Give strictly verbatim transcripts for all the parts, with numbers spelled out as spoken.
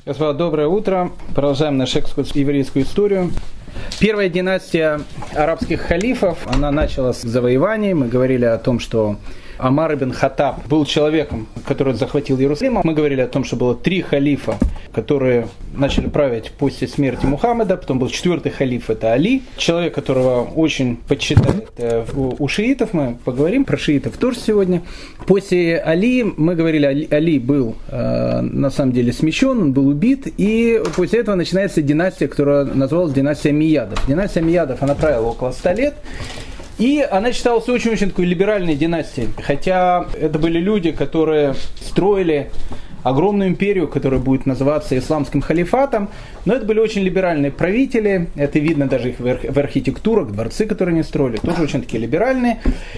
Господа, доброе утро. Продолжаем наш экскурс в еврейскую историю. Первая династия арабских халифов, она началась с завоеваний. Мы говорили о том, что Омар ибн Хаттаб был человеком, который захватил Иерусалим. Мы говорили о том, что было три халифа, которые начали править после смерти Мухаммеда. Потом был четвертый халиф, это Али, человек, которого очень почитают у шиитов. Мы поговорим про шиитов тоже сегодня. После Али, мы говорили, Али, Али был э, на самом деле смещен, он был убит. И после этого начинается династия, которая называлась династия Омейядов. Династия Омейядов, она правила около ста лет. И она считалась очень-очень такой либеральной династией. Хотя это были люди, которые строили огромную империю, которая будет называться исламским халифатом. Но это были очень либеральные правители. Это видно даже их в архитектурах, дворцы, которые они строили, тоже очень такие либеральные.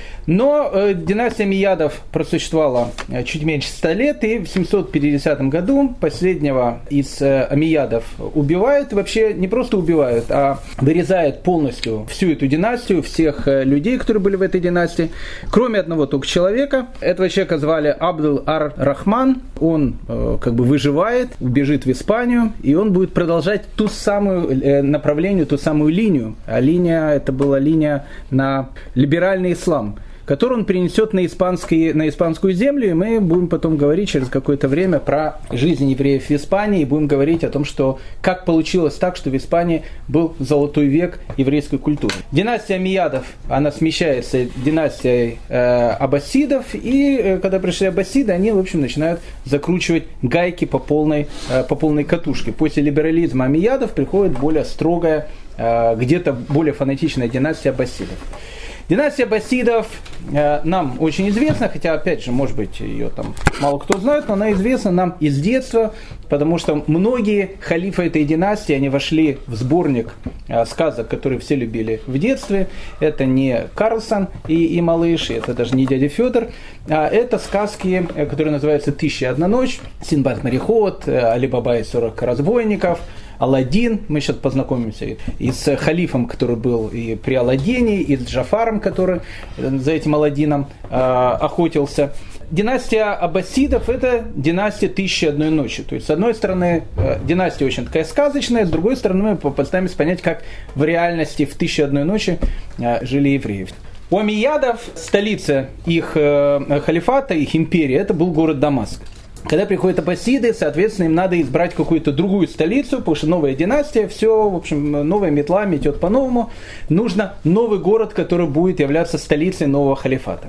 Но э, династия Омейядов просуществовала э, чуть меньше ста лет, и в семьсот пятидесятом году последнего из э, Омейядов убивают. Вообще не просто убивают, а вырезают полностью всю эту династию, всех э, людей, которые были в этой династии, кроме одного только человека. Этого человека звали Абдул ар-Рахман. Он э, как бы выживает, убежит в Испанию, и он будет продолжать ту самую э, направление, ту самую линию. А линия, это была линия на либеральный ислам, который он перенесет на, на испанскую землю, и мы будем потом говорить через какое-то время про жизнь евреев в Испании, и будем говорить о том, что как получилось так, что в Испании был золотой век еврейской культуры. Династия Омейядов, она смещается династией э, аббасидов, и э, когда пришли аббасиды, они, в общем, начинают закручивать гайки по полной, э, по полной катушке. После либерализма Омейядов приходит более строгая, э, где-то более фанатичная династия аббасидов. Династия аббасидов э, нам очень известна, хотя, опять же, может быть, ее там мало кто знает, но она известна нам из детства, потому что многие халифы этой династии, они вошли в сборник э, сказок, которые все любили в детстве. Это не Карлсон и, и малыш, это даже не дядя Федор, а это сказки, которые называются «Тысяча и одна ночь», «Синдбад-мореход», «Али Баба и сорок разбойников», Аладдин, мы сейчас познакомимся и с халифом, который был и при Аладдине, и с Джафаром, который за этим Аладдином э, охотился. Династия аббасидов – это династия «Тысячи и одной ночи». То есть, с одной стороны, э, династия очень такая сказочная, с другой стороны, мы попытаемся понять, как в реальности в «Тысячи и одной ночи» э, жили евреи. У Омейядов столица их э, халифата, их империи, это был город Дамаск. Когда приходят аббасиды, соответственно, им надо избрать какую-то другую столицу, потому что новая династия, все, в общем, новая метла метет по-новому. Нужно новый город, который будет являться столицей нового халифата.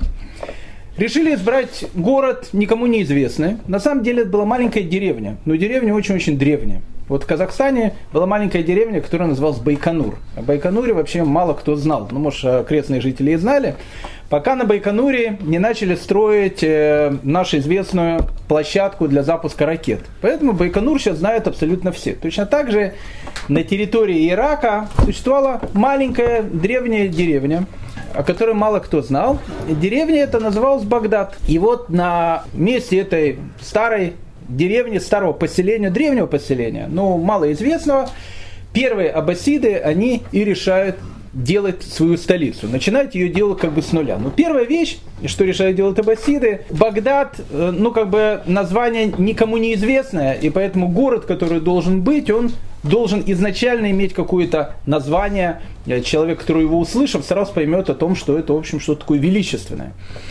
Решили избрать город никому неизвестный. На самом деле это была маленькая деревня, но деревня очень-очень древняя. Вот в Казахстане была маленькая деревня, которая называлась Байконур. О Байконуре вообще мало кто знал. Ну, может, окрестные жители и знали. Пока на Байконуре не начали строить э, нашу известную площадку для запуска ракет. Поэтому Байконур сейчас знают абсолютно все. Точно так же на территории Ирака существовала маленькая древняя деревня, о которой мало кто знал. Деревня эта называлась Багдад. И вот на месте этой старой деревни, старого поселения, древнего поселения, но малоизвестного, первые аббасиды, они и решают делать свою столицу. Начинают ее делать как бы с нуля. Но первая вещь, что решают делать аббасиды, Багдад, ну как бы название никому неизвестное, и поэтому город, который должен быть, он должен изначально иметь какое-то название. Человек, который его услышав, сразу поймет о том, что это, в общем, что-то такое величественное.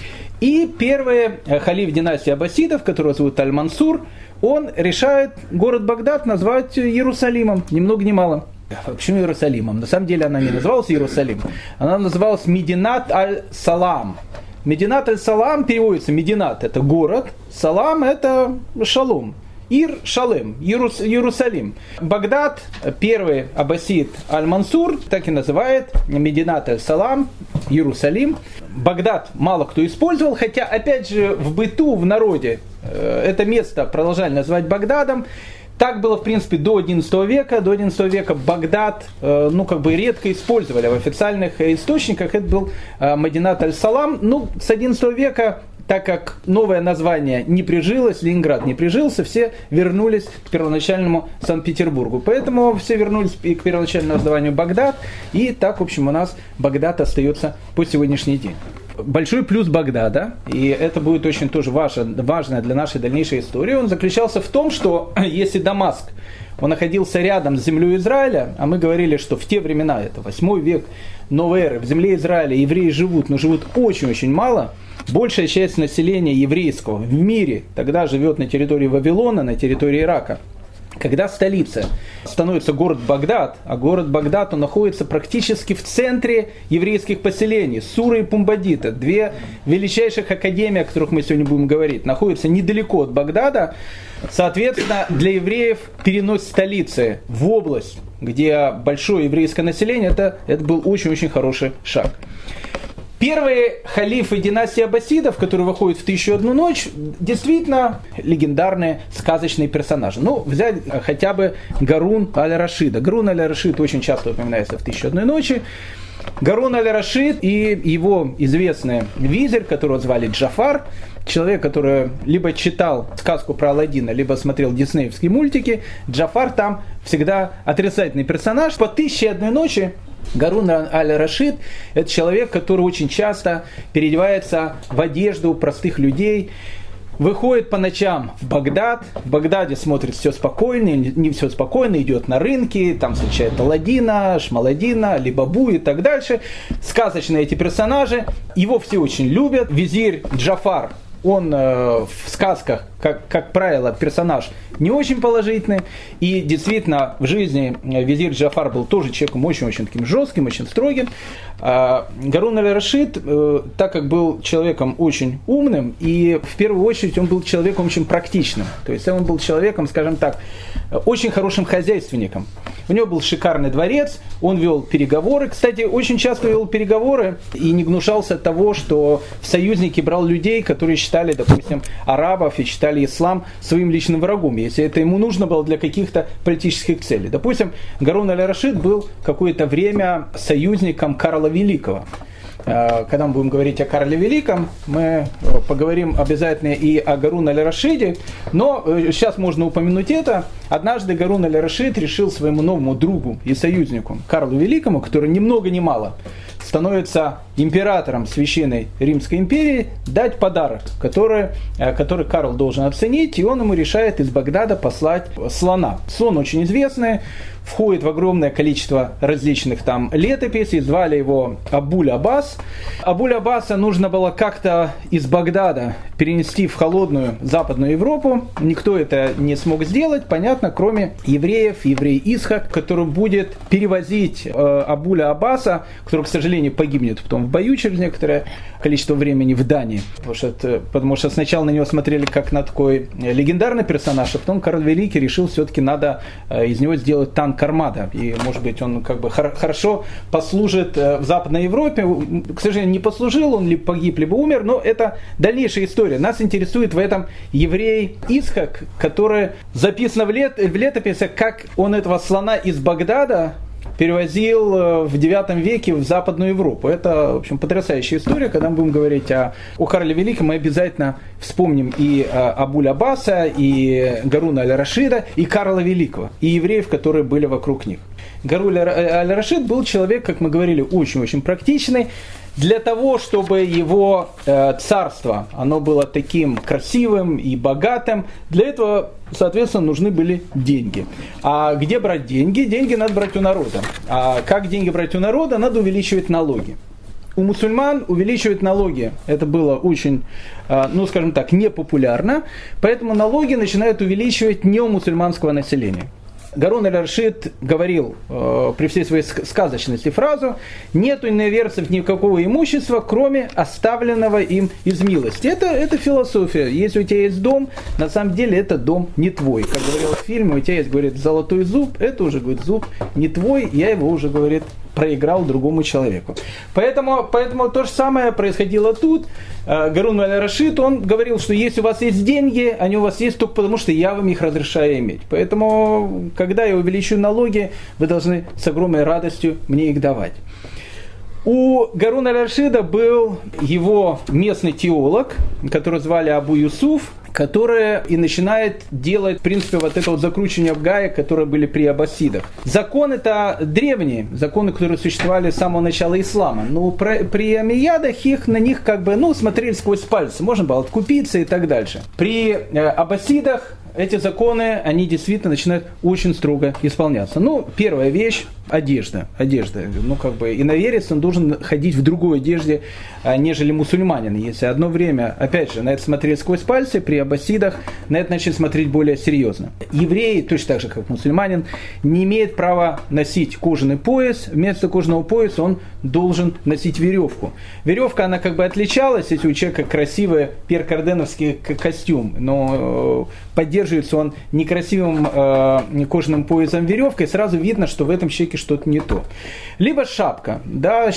И первый халиф династии аббасидов, которого зовут Аль-Мансур, он решает город Багдад назвать Иерусалимом, ни много ни мало. Почему Иерусалимом? На самом деле она не называлась Иерусалим, она называлась Мединат аль-Салам. Мединат аль-Салам переводится Мединат – это город, Салам – это шалом. Ир Шалем, Иерус, Иерусалим. Багдад, первый аббасид Аль-Мансур, так и называет Мединат аль-Салам, Иерусалим. Багдад мало кто использовал, хотя, опять же, в быту, в народе это место продолжали называть Багдадом. Так было, в принципе, до одиннадцатого века. До одиннадцатого века Багдад, ну, как бы редко использовали. В официальных источниках это был Мединат аль-Салам. Ну, с одиннадцатого века, так как новое название не прижилось, Ленинград не прижился, все вернулись к первоначальному Санкт-Петербургу. Поэтому все вернулись к первоначальному названию Багдад. И так, в общем, у нас Багдад остается по сегодняшний день. большой плюс Багдада, и это будет очень тоже важно, важно для нашей дальнейшей истории, он заключался в том, что если Дамаск, он находился рядом с землей Израиля, а мы говорили, что в те времена, это восьмой век новой эры, в земле Израиля евреи живут, но живут очень-очень мало. Большая часть населения еврейского в мире тогда живет на территории Вавилона, на территории Ирака. Когда столица становится город Багдад, а город Багдад он находится практически в центре еврейских поселений, Сура и Пумбадита, две величайших академии, о которых мы сегодня будем говорить, находятся недалеко от Багдада. Соответственно, для евреев перенос столицы в область, где большое еврейское население, это, это был очень-очень хороший шаг. Первые халифы династии аббасидов, которые выходят в «Тысячу и одну ночь», действительно легендарные сказочные персонажи. Ну, взять хотя бы Гарун аль-Рашида. Гарун аль-Рашид очень часто упоминается в «Тысячу и одной ночи». Гарун аль-Рашид и его известный визирь, которого звали Джафар, человек, который либо читал сказку про Аладдина, либо смотрел диснеевские мультики, Джафар там всегда отрицательный персонаж. По «Тысяче и одной ночи» Гарун аль-Рашид – это человек, который очень часто переодевается в одежду простых людей, выходит по ночам в Багдад, в Багдаде смотрит все спокойно, не все спокойно, идет на рынки, там встречает Аладдина, Шмаладдина, Али-Бабу и так дальше. Сказочные эти персонажи, его все очень любят. Визирь Джафар, он э, в сказках, как, как правило, персонаж не очень положительный. И действительно, в жизни визирь Джафар был тоже человеком очень-очень таким жестким, очень строгим. А Гарун аль-Рашид, э, так как был человеком очень умным, и в первую очередь он был человеком очень практичным. То есть он был человеком, скажем так, очень хорошим хозяйственником. У него был шикарный дворец, он вел переговоры. Кстати, очень часто вел переговоры и не гнушался того, что в союзники брал людей, которые считали, допустим, арабов и считали ислам своим личным врагом, если это ему нужно было для каких-то политических целей. Допустим, Гарун аль-Рашид был какое-то время союзником Карла Великого. Когда мы будем говорить о Карле Великом, мы поговорим обязательно и о Гарун аль-Рашиде, но сейчас можно упомянуть это. Однажды Гарун аль-Рашид решил своему новому другу и союзнику Карлу Великому, который ни много ни мало становится императором Священной Римской империи, дать подарок, который, который Карл должен оценить, и он ему решает из Багдада послать слона. Слон очень известный, входит в огромное количество различных там летописей, звали его Абуль-Аббас. Абуль-Аббаса нужно было как-то из Багдада перенести в холодную Западную Европу. Никто это не смог сделать, понятно, кроме евреев, еврей Исхак, который будет перевозить э, Абуля-Аббаса, который, к сожалению, погибнет потом в бою через некоторое количество времени в Дании. Потому что, это, потому что сначала на него смотрели как на такой легендарный персонаж, а потом Карл Великий решил, все-таки надо э, из него сделать танк Армада. И, может быть, он как бы хор- хорошо послужит э, в Западной Европе. К сожалению, не послужил, он либо погиб, либо умер, но это дальнейшая история. Нас интересует в этом еврей Исхак, который записан в, лет, в летописях, как он этого слона из Багдада перевозил в девятом веке в Западную Европу. Это, в общем, потрясающая история. Когда мы будем говорить о, о Карле Великом, мы обязательно вспомним и Абуль-Аббаса, и Гаруна аль-Рашида, и Карла Великого, и евреев, которые были вокруг них. Гарун аль-Рашид был человек, как мы говорили, очень-очень практичный. Для того, чтобы его э, царство, оно было таким красивым и богатым, для этого, соответственно, нужны были деньги. А где брать деньги? Деньги надо брать у народа. А как деньги брать у народа? Надо увеличивать налоги. У мусульман увеличивать налоги, это было очень, ну скажем так, непопулярно, поэтому налоги начинают увеличивать не у мусульманского населения. Гарун аль-Рашид говорил э, при всей своей сказочности фразу: «Нет у иноверцев никакого имущества, кроме оставленного им из милости». Это, это философия. Если у тебя есть дом, на самом деле это дом не твой. Как говорил в фильме, у тебя есть, говорит, золотой зуб, это уже, говорит, зуб не твой, я его уже, говорит, проиграл другому человеку. Поэтому, поэтому то же самое происходило тут. Гарун аль-Рашид, он говорил, что если у вас есть деньги, они у вас есть только потому, что я вам их разрешаю иметь. Поэтому, когда я увеличу налоги, вы должны с огромной радостью мне их давать. У Гаруна аль-Рашида был его местный теолог, которого звали Абу Юсуф, которое и начинает делать, в принципе, вот это вот закручивание в гаек, которые были при аббасидах. Закон это древние, законы, которые существовали с самого начала ислама. Но при омейядах их на них как бы, ну, смотрели сквозь пальцы, можно было откупиться и так дальше. При аббасидах эти законы, они действительно начинают очень строго исполняться. Ну, первая вещь – одежда. Одежда. Ну, как бы, иноверец, он должен ходить в другой одежде, нежели мусульманин. Если одно время, опять же, на это смотреть сквозь пальцы, при аббасидах на это начали смотреть более серьезно. Евреи, точно так же, как мусульманин, не имеет права носить кожаный пояс. Вместо кожаного пояса он должен носить веревку. Веревка, она как бы отличалась, если у человека красивый перкарденовский костюм, но поддерживается он некрасивым э, кожаным поясом веревкой, сразу видно, что в этом человеке что-то не то. Либо шапка. Да,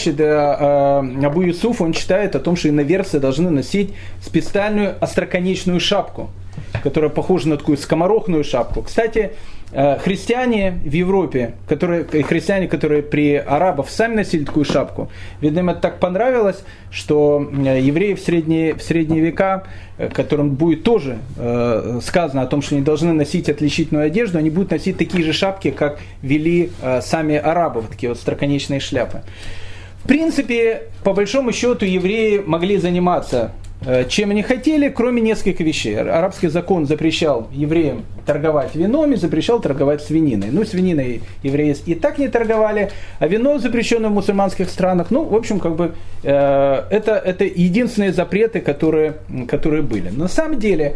э, Абу Юсуф, он читает о том, что иноверцы должны носить специальную остроконечную шапку, которая похожа на такую скоморохную шапку. Кстати, христиане в Европе, которые, христиане, которые при арабах сами носили такую шапку, видно, им это так понравилось, что евреи в средние, в средние века, которым будет тоже э, сказано о том, что они должны носить отличительную одежду, они будут носить такие же шапки, как вели э, сами арабы, вот такие вот остроконечные шляпы. В принципе, по большому счету, евреи могли заниматься чем они хотели, кроме нескольких вещей. Арабский закон запрещал евреям торговать вином и запрещал торговать свининой. Ну, свининой евреи и так не торговали, а вино, запрещенное в мусульманских странах, ну, в общем, как бы, э, это, это единственные запреты, которые, которые были. Но на самом деле,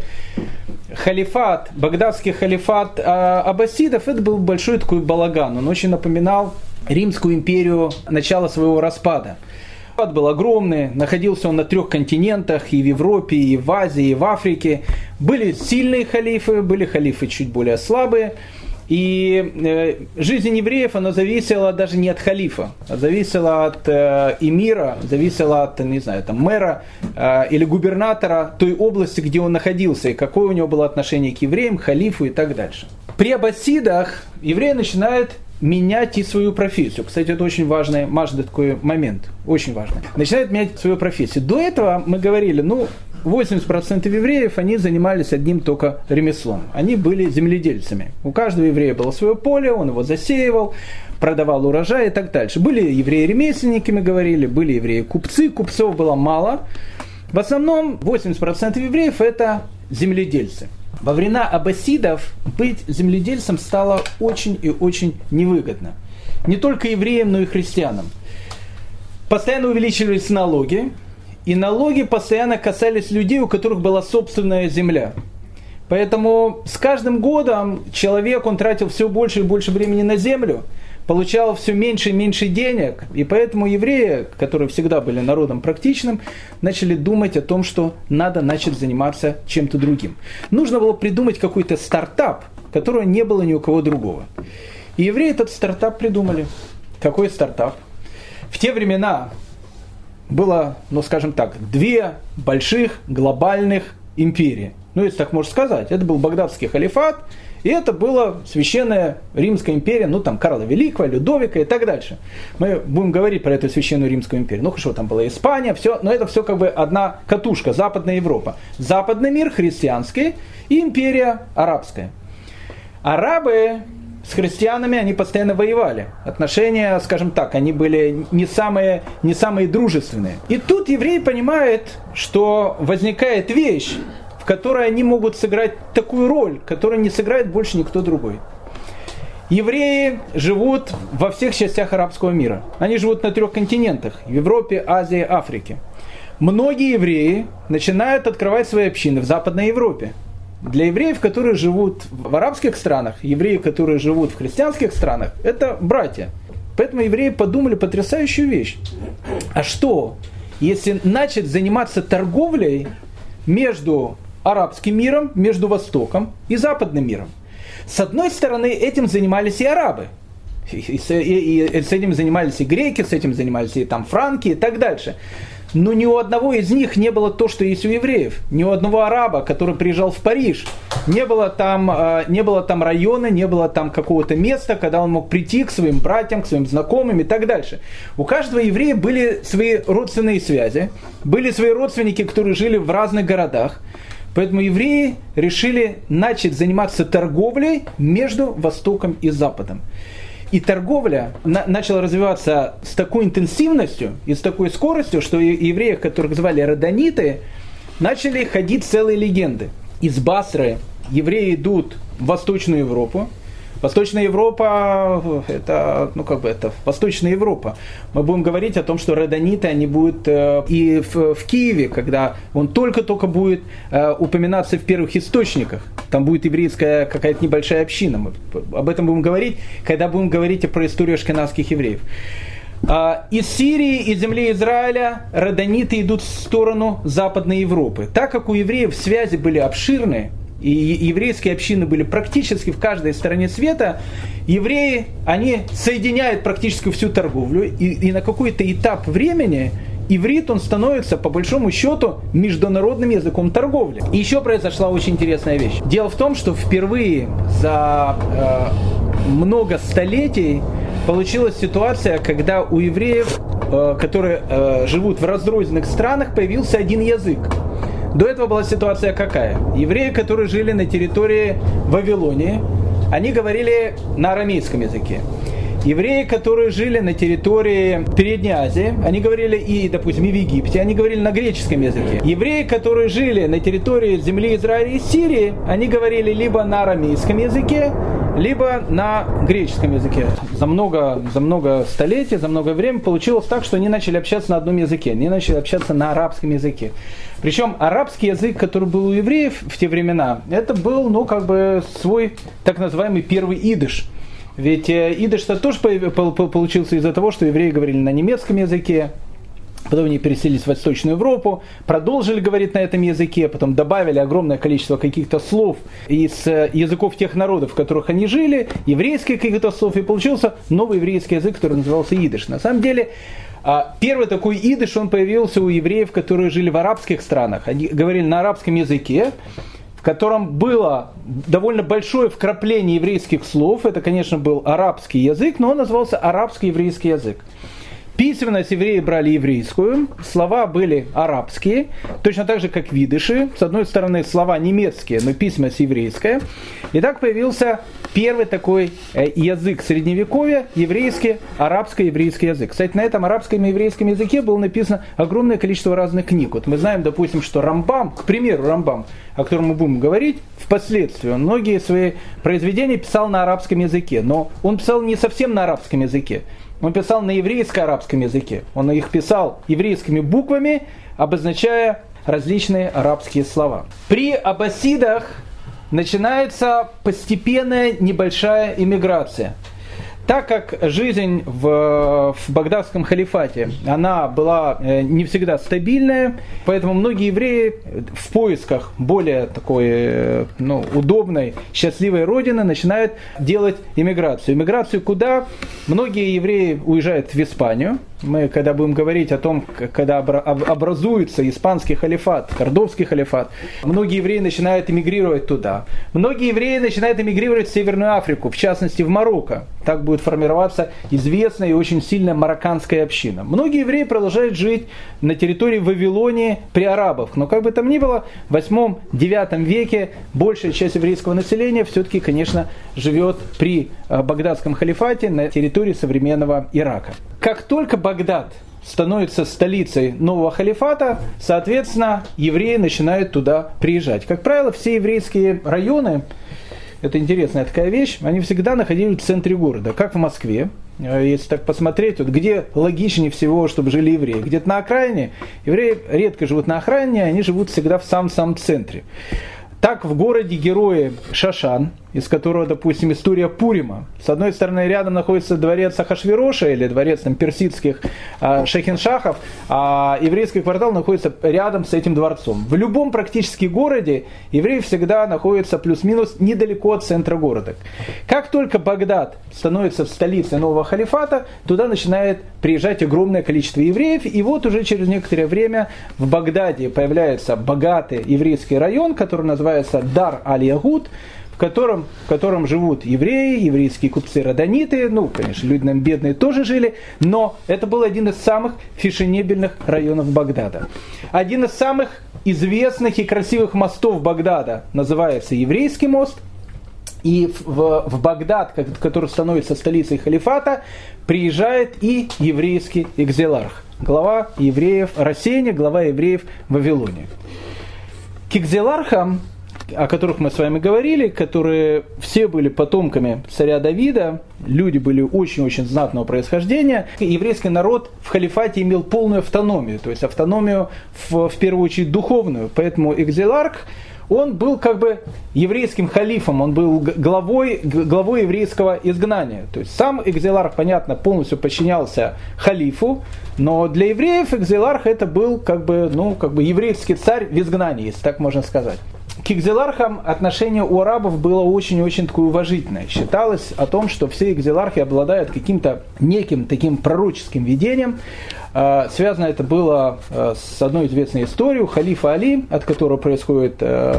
халифат, багдадский халифат э, аббасидов, это был большой такой балаган. Он очень напоминал Римскую империю начала своего распада. Халифат был огромный, находился он на трех континентах, и в Европе, и в Азии, и в Африке. Были сильные халифы, были халифы чуть более слабые. И э, жизнь евреев, она зависела даже не от халифа, а зависела от э, эмира, зависела от, не знаю, там, мэра э, или губернатора той области, где он находился, и какое у него было отношение к евреям, к халифу и так дальше. При аббасидах евреи начинают менять и свою профессию. Кстати, это очень важный, важный такой момент. Очень важный. Начинают менять свою профессию. До этого мы говорили, ну, восемьдесят процентов евреев, они занимались одним только ремеслом. Они были земледельцами. У каждого еврея было свое поле, он его засеивал, продавал урожай и так дальше. Были евреи-ремесленники, мы говорили, были евреи-купцы, купцов было мало. В основном восемьдесят процентов евреев это земледельцы. Во времена аббасидов быть земледельцем стало очень и очень невыгодно. Не только евреям, но и христианам. Постоянно увеличивались налоги, и налоги постоянно касались людей, у которых была собственная земля. Поэтому с каждым годом человек, он тратил все больше и больше времени на землю, получал все меньше и меньше денег, и поэтому евреи, которые всегда были народом практичным, начали думать о том, что надо начать заниматься чем-то другим. Нужно было придумать какой-то стартап, которого не было ни у кого другого. И евреи этот стартап придумали. Какой стартап? В те времена было, ну скажем так, две больших глобальных империи. Ну, если так можно сказать. Это был багдадский халифат, и это была священная Римская империя, ну там Карла Великого, Людовика и так дальше. Мы будем говорить про эту священную Римскую империю. Ну хорошо, там была Испания, все, но это все как бы одна катушка, Западная Европа. Западный мир христианский и империя арабская. Арабы с христианами, они постоянно воевали. Отношения, скажем так, они были не самые, не самые дружественные. И тут евреи понимают, что возникает вещь, в которой они могут сыграть такую роль, которую не сыграет больше никто другой. Евреи живут во всех частях арабского мира. Они живут на трех континентах – в Европе, Азии, Африке. Многие евреи начинают открывать свои общины в Западной Европе. Для евреев, которые живут в арабских странах, евреи, которые живут в христианских странах, это братья. Поэтому евреи подумали потрясающую вещь. А что, если начать заниматься торговлей между арабским миром, между Востоком и Западным миром? С одной стороны, этим занимались и арабы. И, и, и, и с этим занимались и греки, с этим занимались и там франки и так дальше. Но ни у одного из них не было то, что есть у евреев. Ни у одного араба, который приезжал в Париж, не было там, не было там района, не было там какого-то места, когда он мог прийти к своим братьям, к своим знакомым и так дальше. У каждого еврея были свои родственные связи, были свои родственники, которые жили в разных городах. Поэтому евреи решили начать заниматься торговлей между Востоком и Западом. И торговля на, начала развиваться с такой интенсивностью и с такой скоростью, что евреи, которых звали родониты, начали ходить целые легенды. Из Басры евреи идут в Восточную Европу. Восточная Европа, это, ну как бы это Восточная Европа. Мы будем говорить о том, что родониты, они будут э, и в, в Киеве, когда он только-только будет э, упоминаться в первых источниках. Там будет еврейская какая-то небольшая община. Мы об этом будем говорить, когда будем говорить про историю ашкеназских евреев. А, из Сирии, из земли Израиля родониты идут в сторону Западной Европы. Так как у евреев связи были обширные, и еврейские общины были практически в каждой стороне света, евреи, они соединяют практически всю торговлю, и, и на какой-то этап времени иврит, он становится, по большому счету, международным языком торговли. И еще произошла очень интересная вещь. Дело в том, что впервые за э, много столетий получилась ситуация, когда у евреев, э, которые э, живут в разрозненных странах, появился один язык. До этого была ситуация какая? Евреи, которые жили на территории Вавилонии, они говорили на арамейском языке. Евреи, которые жили на территории Передней Азии, они говорили и, допустим, и в Египте, они говорили на греческом языке. Евреи, которые жили на территории земли Израиля и Сирии, они говорили либо на арамейском языке, либо на греческом языке. За много, за много столетий, за много времени получилось так, что они начали общаться на одном языке, они начали общаться на арабском языке. Причем арабский язык, который был у евреев в те времена, это был, ну, как бы свой так называемый первый идыш. Ведь идыш-то тоже получился из-за того, что евреи говорили на немецком языке, потом они переселились в Восточную Европу, продолжили говорить на этом языке, потом добавили огромное количество каких-то слов из языков тех народов, в которых они жили, еврейских каких-то слов, и получился новый еврейский язык, который назывался идыш. На самом деле, первый такой идыш, он появился у евреев, которые жили в арабских странах. Они говорили на арабском языке, в котором было довольно большое вкрапление еврейских слов. Это, конечно, был арабский язык, но он назывался арабский еврейский язык. Письменность евреи брали еврейскую, слова были арабские, точно так же, как в идыше. С одной стороны, слова немецкие, но письменность еврейская. И так появился первый такой язык средневековья, еврейский, арабско-еврейский язык. Кстати, на этом арабском и еврейском языке было написано огромное количество разных книг. Вот мы знаем, допустим, что Рамбам, к примеру, Рамбам, о котором мы будем говорить впоследствии, он многие свои произведения писал на арабском языке, но он писал не совсем на арабском языке. Он писал на еврейско-арабском языке. Он их писал еврейскими буквами, обозначая различные арабские слова. При аббасидах начинается постепенная небольшая иммиграция. Так как жизнь в, в Багдадском халифате, она была не всегда стабильная, поэтому многие евреи в поисках более такой, ну, удобной, счастливой родины начинают делать иммиграцию. Иммиграцию куда? Многие евреи уезжают в Испанию. Мы, когда будем говорить о том, когда образуется испанский халифат, кордовский халифат, многие евреи начинают эмигрировать туда. Многие евреи начинают эмигрировать в Северную Африку, в частности в Марокко. Так будет формироваться известная и очень сильная марокканская община. Многие евреи продолжают жить на территории Вавилонии при арабах. Но как бы там ни было, в восьмом-девятом веке большая часть еврейского населения все-таки, конечно, живет при Багдадском халифате на территории современного Ирака. Как только Багдад становится столицей нового халифата, соответственно, евреи начинают туда приезжать. Как правило, все еврейские районы, это интересная такая вещь, они всегда находились в центре города, как в Москве. Если так посмотреть, вот где логичнее всего, чтобы жили евреи? Где-то на окраине. Евреи редко живут на окраине, они живут всегда в самом-самом центре. Так в городе герои Шашан, из которого, допустим, история Пурима. С одной стороны, рядом находится дворец Ахашвероша или дворец там, персидских а, шахиншахов, а еврейский квартал находится рядом с этим дворцом. В любом практически городе евреи всегда находятся плюс-минус недалеко от центра города. Как только Багдад становится столицей нового халифата, туда начинает приезжать огромное количество евреев, и вот уже через некоторое время в Багдаде появляется богатый еврейский район, который называется Дар-аль-Ягуд, в котором, в котором живут евреи, еврейские купцы-родониты, ну, конечно, люди нам бедные тоже жили, но это был один из самых фешенебельных районов Багдада. Один из самых известных и красивых мостов Багдада называется Еврейский мост. И в, в Багдад, который становится столицей халифата, приезжает и еврейский экзиларх, глава евреев Рассеяния, глава евреев Вавилонии. К экзилархам, о которых мы с вами говорили, которые все были потомками царя Давида, люди были очень-очень знатного происхождения, еврейский народ в халифате имел полную автономию, то есть автономию в, в первую очередь духовную, поэтому экзиларх, он был как бы еврейским халифом, он был главой, главой еврейского изгнания. То есть сам экзиларх, понятно, полностью подчинялся халифу, но для евреев экзиларх это был как бы, ну, как бы еврейский царь в изгнании, если так можно сказать. К экзилархам отношение у арабов было очень-очень такое уважительное. Считалось о том, что все экзилархи обладают каким-то неким таким пророческим видением. Связано это было с одной известной историей. У халифа Али, от которого происходит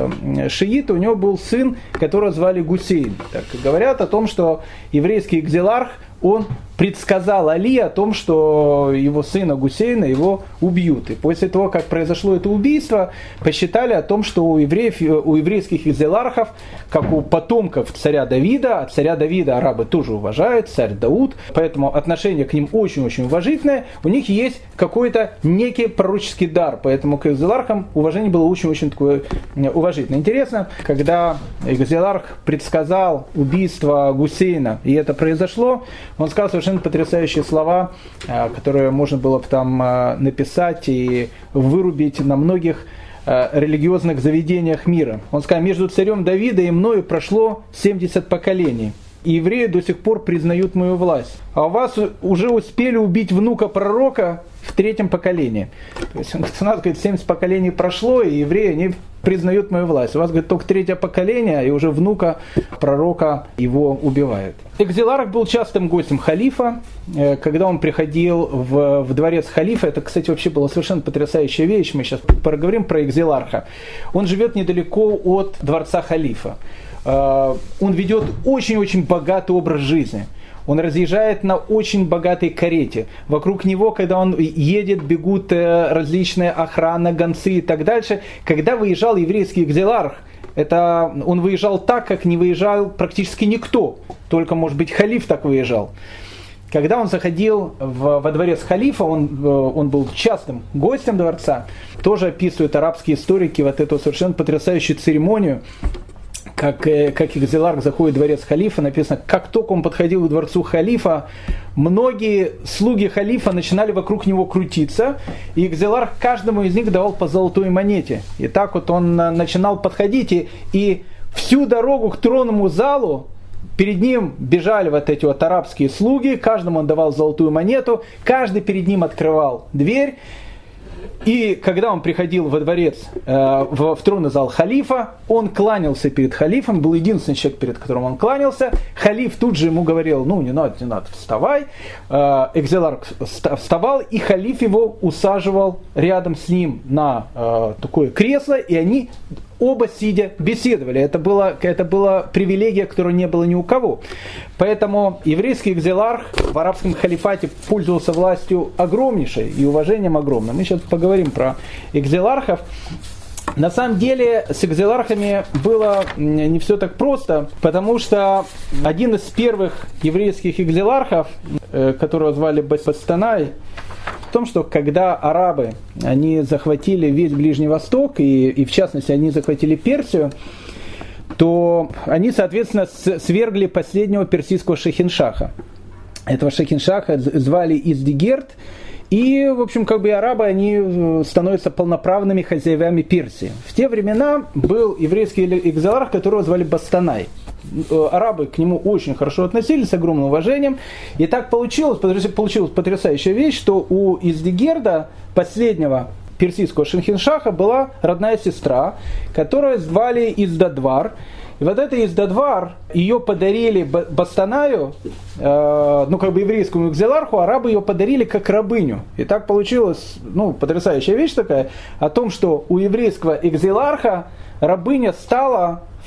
шииты, у него был сын, которого звали Гусейн. Так, говорят о том, что еврейский экзиларх, он предсказал Али о том, что его сына Гусейна его убьют. И после того, как произошло это убийство, посчитали о том, что у евреев, у еврейских экзилархов, как у потомков царя Давида, а царя Давида арабы тоже уважают, царь Дауд, поэтому отношение к ним очень-очень уважительное, у них есть какой-то некий пророческий дар, поэтому к экзилархам уважение было очень-очень такое уважительное. Интересно, когда экзиларх предсказал убийство Гусейна, и это произошло, он сказал совершенно потрясающие слова, которые можно было бы там написать и вырубить на многих религиозных заведениях мира. Он сказал: между царем Давида и мною прошло семьдесят поколений, и евреи до сих пор признают мою власть. А у вас уже успели убить внука пророка в третьем поколении. То есть, у нас, говорит, семьдесят поколений прошло, и евреи, они признают мою власть. У вас, говорит, только третье поколение, и уже внука пророка его убивают. Экзиларх был частым гостем халифа. Когда он приходил в, в дворец халифа, это, кстати, вообще была совершенно потрясающая вещь, мы сейчас поговорим про экзиларха. Он живет недалеко от дворца халифа. Он ведет очень-очень богатый образ жизни. Он разъезжает на очень богатой карете. Вокруг него, когда он едет, бегут различные охраны, гонцы и так дальше. Когда выезжал еврейский экзиларх, это он выезжал так, как не выезжал практически никто. Только, может быть, халиф так выезжал. Когда он заходил в, во дворец халифа, он, он был частым гостем дворца. Тоже описывают арабские историки вот эту совершенно потрясающую церемонию. Как, как экзиларх заходит в дворец халифа, написано, как только он подходил к дворцу халифа, многие слуги халифа начинали вокруг него крутиться, и экзиларх каждому из них давал по золотой монете. И так вот он начинал подходить, и, и всю дорогу к тронному залу перед ним бежали вот эти вот арабские слуги, каждому он давал золотую монету, каждый перед ним открывал дверь. И когда он приходил во дворец, э, в, в тронный зал халифа, он кланялся перед халифом, был единственный человек, перед которым он кланялся. Халиф тут же ему говорил: ну не надо, не надо, вставай. Э, экзиларх вставал, и халиф его усаживал рядом с ним на э, такое кресло, и они оба сидя беседовали. Это была, это была привилегия, которой не было ни у кого. Поэтому еврейский экзиларх в арабском халифате пользовался властью огромнейшей и уважением огромным. Мы сейчас поговорим про экзилархов. На самом деле с экзилархами было не все так просто, потому что один из первых еврейских экзилархов, которого звали Бастанай, в том, что когда арабы, они захватили весь Ближний Восток, и, и в частности они захватили Персию, то они, соответственно, свергли последнего персидского шахиншаха. Этого шахиншаха звали Издигерт, и, в общем, как бы арабы, они становятся полноправными хозяевами Персии. В те времена был еврейский экзиларх, которого звали Бастанай. Арабы к нему очень хорошо относились, с огромным уважением. И так получилось, получилась потрясающая вещь, что у Издигерда, последнего персидского шахиншаха, была родная сестра, которую звали Издадвар. И вот эта Издадвар, ее подарили Бастанаю, э, ну как бы еврейскому экзиларху, арабы ее подарили как рабыню. И так получилась, ну, потрясающая вещь такая, о том, что у еврейского экзиларха рабыня стала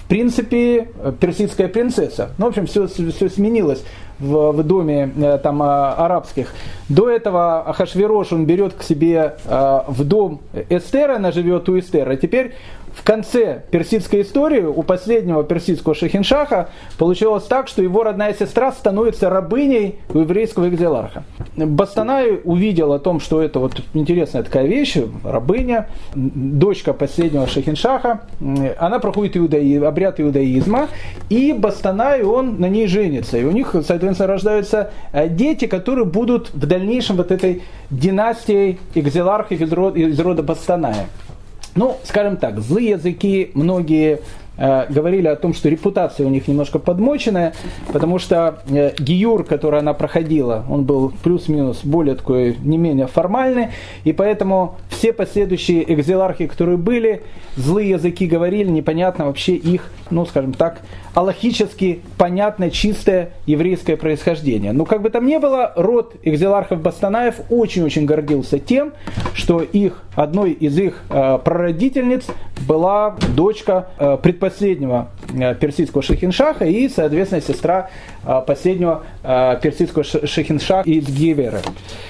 принципе, персидская принцесса. Ну, в общем, все, все сменилось в, в доме там, арабских. До этого Ахашвирош, он берет к себе в дом Эстер, она живет у Эстер. А теперь в конце персидской истории у последнего персидского Шахиншаха получилось так, что его родная сестра становится рабыней у еврейского экзиларха. Бастанай увидел о том, что это вот интересная такая вещь, рабыня, дочка последнего Шахиншаха, она проходит иудаи, обряд иудаизма, и Бастанай, он на ней женится. И у них, соответственно, рождаются дети, которые будут в дальнейшем вот этой династией экзилархов из рода, из рода Бастаная. Ну, скажем так, злые языки многие э, говорили о том, что репутация у них немножко подмоченная, потому что э, гиюр, который она проходила, он был плюс-минус более такой, не менее формальный, и поэтому все последующие экзилархи, которые были, злые языки говорили, непонятно вообще их, ну, скажем так, алахически понятное, чистое еврейское происхождение. Но как бы там ни было, род экзилархов Бастанаев очень-очень гордился тем, что их, одной из их э, прародительниц была дочка э, предпоследнего э, персидского Шахиншаха и, соответственно, сестра э, последнего э, персидского Шахиншаха из Геверы.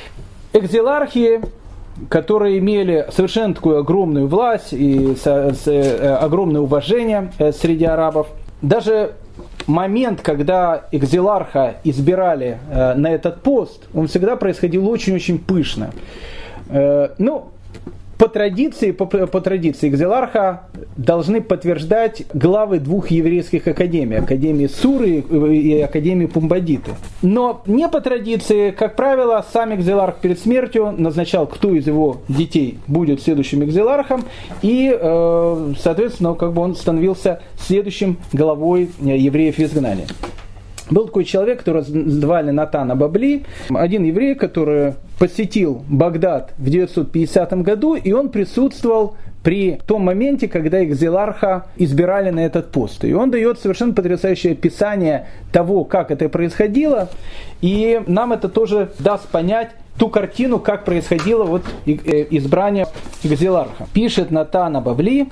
Экзилархи, которые имели совершенно такую огромную власть и с, с, э, огромное уважение э, среди арабов, даже момент, когда экзиларха избирали э, на этот пост, он всегда происходил очень-очень пышно. Э, ну, по традиции, по, по традиции экзиларха должны подтверждать главы двух еврейских академий, Академии Суры и Академии Пумбадиты. Но не по традиции, как правило, сам экзиларх перед смертью назначал, кто из его детей будет следующим экзилархом, и, э, соответственно, как бы он становился следующим главой евреев в изгнании. Был такой человек, которого звали Натан Абабли, один еврей, который посетил Багдад в девятьсот пятидесятом году, и он присутствовал при том моменте, когда экзиларха избирали на этот пост. И он дает совершенно потрясающее описание того, как это происходило, и нам это тоже даст понять ту картину, как происходило вот избрание экзиларха. Пишет Натан Абабли: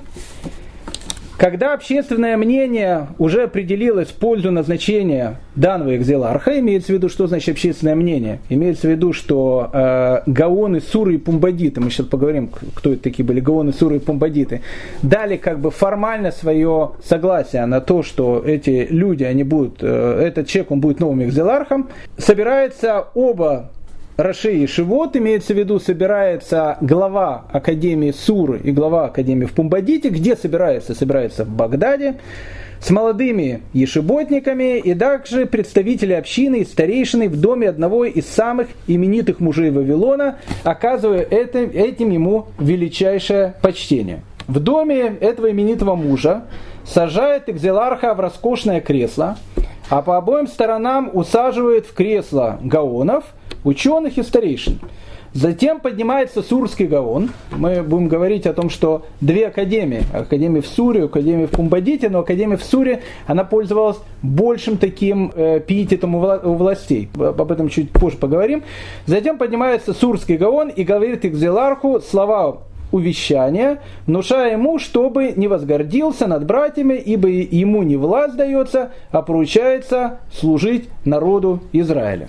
когда общественное мнение уже определилось в пользу назначения данного экзиларха, имеется в виду, что значит общественное мнение? Имеется в виду, что э, гаоны, суры и пумбадиты, мы сейчас поговорим, кто это такие были, гаоны, суры и пумбадиты, дали как бы формально свое согласие на то, что эти люди, они будут, э, этот человек, он будет новым экзилархом, собираются оба Раши и Шивот, имеется в виду, собирается глава Академии Суры и глава Академии в Пумбадите. Где собирается? Собирается в Багдаде с молодыми ешеботниками и также представители общины и старейшины в доме одного из самых именитых мужей Вавилона, оказывая это, этим ему величайшее почтение. В доме этого именитого мужа сажает экзиларха в роскошное кресло, а по обоим сторонам усаживает в кресло гаонов, ученых и старейшин. Затем поднимается Сурский гаон. Мы будем говорить о том, что две академии, академия в Суре, академия в Пумбадите, но академия в Суре, она пользовалась большим таким э, пиететом у, вла- у властей. Об этом чуть позже поговорим. Затем поднимается Сурский гаон и говорит экзиларху слова увещания, внушая ему, чтобы не возгордился над братьями, ибо ему не власть дается, а поручается служить народу Израиля.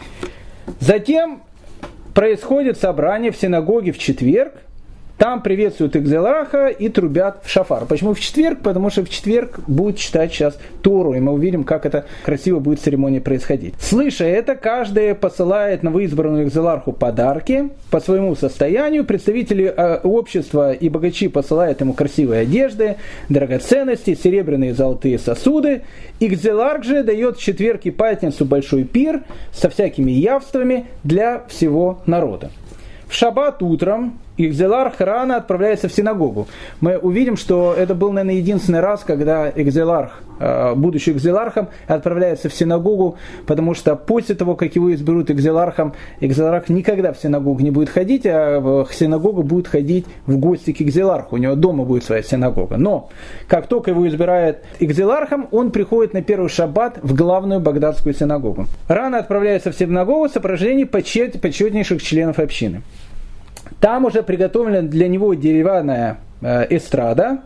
Затем происходит собрание в синагоге в четверг. Там приветствуют экзиларха и трубят в шафар. Почему в четверг? Потому что в четверг будут читать сейчас Тору, и мы увидим, как это красиво будет церемония происходить. Слыша это, каждый посылает новоизбранному экзиларху подарки по своему состоянию. Представители общества и богачи посылают ему красивые одежды, драгоценности, серебряные и золотые сосуды. Экзиларх же дает в четверг и пятницу большой пир со всякими явствами для всего народа. В шаббат утром экзиларх рано отправляется в синагогу. Мы увидим, что это был, наверное, единственный раз, когда экзиларх, будучи экзилархом, отправляется в синагогу, потому что после того, как его изберут экзилархом, экзиларх никогда в синагогу не будет ходить, а в синагогу будет ходить в гости к экзиларху. У него дома будет своя синагога. Но как только его избирают экзилархом, он приходит на первый шаббат в главную багдадскую синагогу. Рано отправляется в синагогу в сопровождении почет, почетнейших членов общины. Там уже приготовлена для него деревянная э, эстрада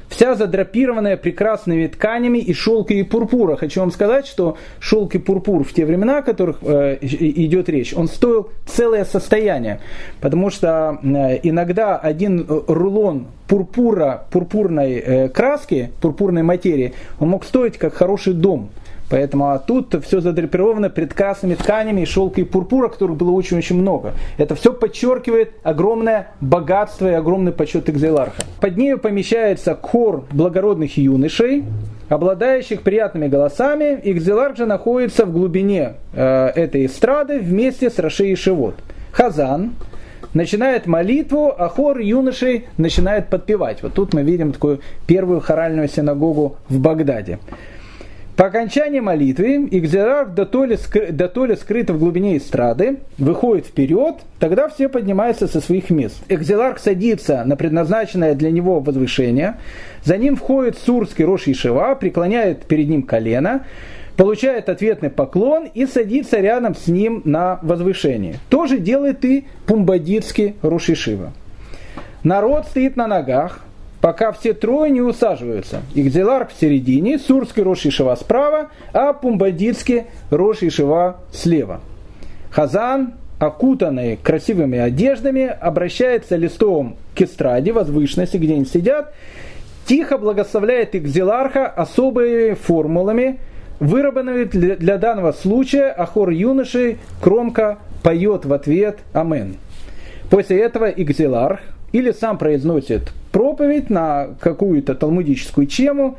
вся задрапированная прекрасными тканями и шелка и пурпура. Хочу вам сказать, что шелк и пурпур в те времена, о которых э, идет речь, он стоил целое состояние, потому что э, иногда один рулон пурпура, пурпурной э, краски, пурпурной материи, он мог стоить как хороший дом. Поэтому а тут все задрапировано прекрасными тканями и шелка и пурпура, которых было очень-очень много. Это все подчеркивает огромное богатство и огромный почет Игзеларха. Под нею помещается хор благородных юношей, обладающих приятными голосами. Игзеларх же находится в глубине э, этой эстрады вместе с Рашей и Шивот. Хазан начинает молитву, а хор юношей начинает подпевать. Вот тут мы видим такую первую хоральную синагогу в Багдаде. По окончании молитвы Игзеларх, дотоле, скры, дотоле скрыто в глубине эстрады, выходит вперед, тогда все поднимаются со своих мест. Игзеларх садится на предназначенное для него возвышение, за ним входит сурский Рош Ешива, преклоняет перед ним колено, получает ответный поклон и садится рядом с ним на возвышение. То же делает и пумбадитский Рош Ешива. Народ стоит на ногах, пока все трое не усаживаются. Игзеларх в середине, сурский Рош Ешива справа, а пумбадитский Рош Ешива слева. Хазан, окутанный красивыми одеждами, обращается листом к эстраде, возвышенности, где они сидят, тихо благословляет Игзеларха особыми формулами, выработанными для, для данного случая, а хор юношей громко поет в ответ «Амен». После этого Игзеларх или сам произносит проповедь на какую-то талмудическую тему,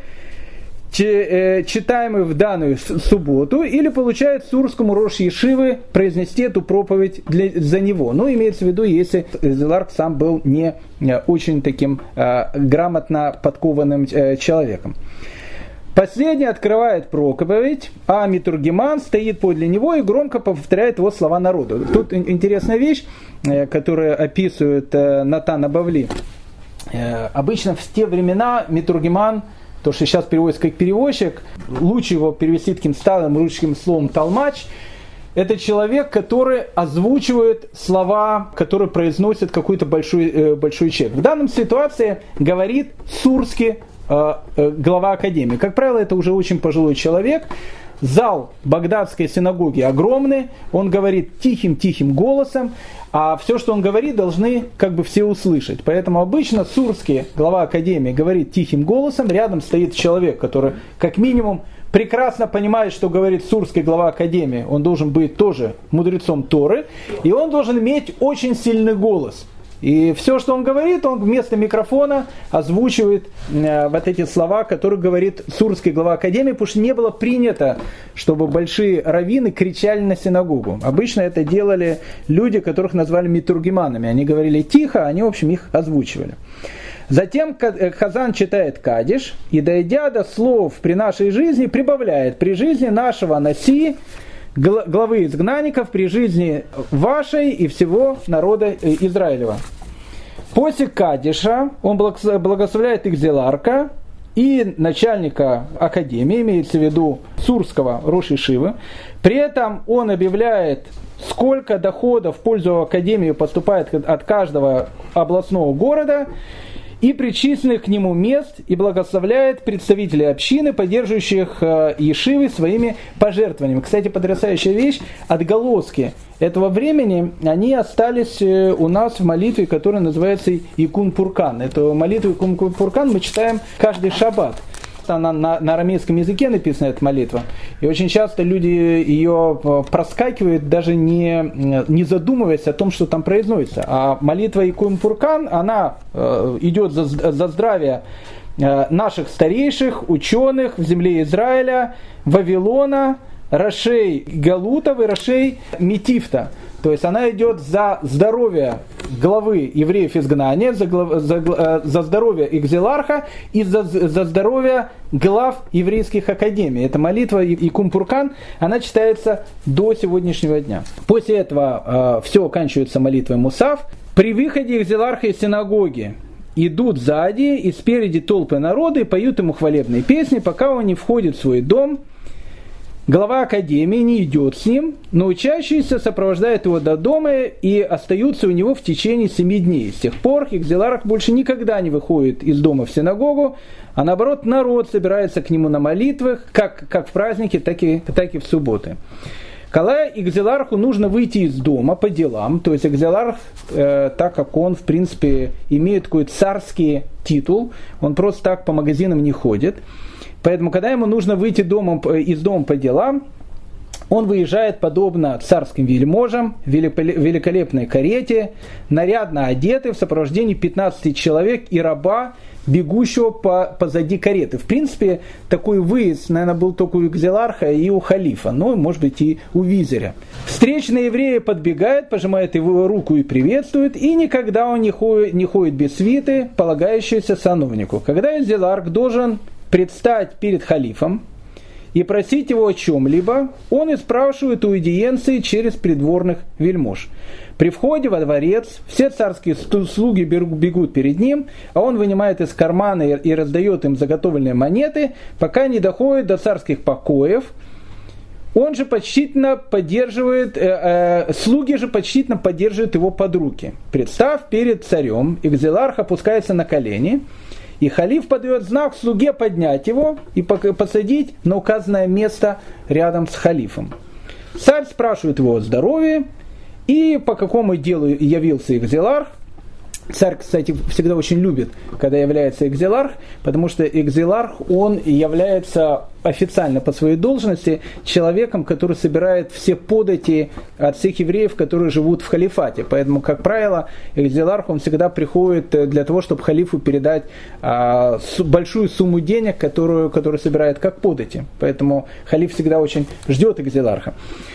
читаемую в данную субботу, или получает сурскому Рош Ешивы произнести эту проповедь для, за него. Ну, имеется в виду, если Игзеларх сам был не очень таким э, грамотно подкованным э, человеком. Последний открывает проповедь, а митургиман стоит подле него и громко повторяет его слова народу. Тут интересная вещь, которую описывает Натан Абавли. Обычно в те времена митургиман, то, что сейчас переводится как переводчик, лучше его перевести таким старым русским словом толмач, это человек, который озвучивает слова, которые произносит какой-то большой, большой человек. В данном ситуации говорит сурский глава академии. Как правило, это уже очень пожилой человек. Зал багдадской синагоги огромный. Он говорит тихим-тихим голосом, а все, что он говорит, должны как бы все услышать. Поэтому обычно сурский глава академии говорит тихим голосом. Рядом стоит человек, который как минимум прекрасно понимает, что говорит сурский глава академии. Он должен быть тоже мудрецом Торы. И он должен иметь очень сильный голос. И все, что он говорит, он вместо микрофона озвучивает э, вот эти слова, которые говорит сурский глава академии, потому что не было принято, чтобы большие раввины кричали на синагогу. Обычно это делали люди, которых назвали митургиманами. Они говорили тихо, они, в общем, их озвучивали. Затем Хазан читает Кадиш и, дойдя до слов «при нашей жизни», прибавляет «при жизни нашего Наси», главы изгнанников, при жизни вашей и всего народа Израилева. После Кадиша он благословляет Игзеларха и начальника академии, имеется в виду сурского Рош Ешивы. При этом он объявляет, сколько доходов в пользу академии поступает от каждого областного города и причисленных к нему мест, и благословляет представителей общины, поддерживающих э, ешивы своими пожертвованиями. Кстати, потрясающая вещь, отголоски этого времени, они остались э, у нас в молитве, которая называется Икун Пуркан. Эту молитву Икун Пуркан мы читаем каждый шаббат. Она на, на арамейском языке написана, эта молитва. И очень часто люди ее проскакивают, даже не, не задумываясь о том, что там произносится. А молитва Икун Пуркан, она э, идет за, за здравие э, наших старейших, ученых в земле Израиля, Вавилона, Рашей Галутов и Рашей Метифта. То есть она идет за здоровье главы евреев изгнания, за, глав, за, за здоровье Игзеларха и за, за здоровье глав еврейских академий. Эта молитва Икун Пуркан, она читается до сегодняшнего дня. После этого э, все оканчивается молитвой Мусав. При выходе Игзеларха из синагоги идут сзади и спереди толпы народа и поют ему хвалебные песни, пока он не входит в свой дом. Глава академии не идет с ним, но учащиеся сопровождают его до дома и остаются у него в течение семи дней. С тех пор Игзеларх больше никогда не выходит из дома в синагогу, а наоборот народ собирается к нему на молитвах, как, как в праздники, так и, так и в субботы. Когда Игзеларху нужно выйти из дома по делам, то есть Игзеларх, э, так как он, в принципе, имеет такой царский титул, он просто так по магазинам не ходит, поэтому, когда ему нужно выйти домом, из дома по делам, он выезжает подобно царским вельможам в великолепной карете, нарядно одетый в сопровождении пятнадцати человек и раба, бегущего по, позади кареты. В принципе, такой выезд, наверное, был только у Игзеларха и у халифа, но, может быть, и у визиря. Встречные евреи подбегают, пожимают его руку и приветствуют, и никогда он не ходит, не ходит без свиты, полагающейся сановнику. Когда Игзеларх должен предстать перед халифом и просить его о чем-либо, он и спрашивает аудиенции через придворных вельмож. При входе во дворец все царские слуги бегут перед ним, а он вынимает из кармана и раздает им заготовленные монеты, пока не доходит до царских покоев. Он же почтительно поддерживает, э, э, слуги же почтительно поддерживают его под руки. Представ перед царем, Игзеларх опускается на колени, и халиф подает знак слуге поднять его и посадить на указанное место рядом с халифом. Царь спрашивает его о здоровье и по какому делу явился Игзеларх. Царь, кстати, всегда очень любит, когда является Игзеларх, потому что Игзеларх, он является официально по своей должности человеком, который собирает все подати от всех евреев, которые живут в халифате. Поэтому, как правило, Игзеларх, он всегда приходит для того, чтобы халифу передать а, с, большую сумму денег, которую, которую собирает как подати. Поэтому халиф всегда очень ждет Игзеларха.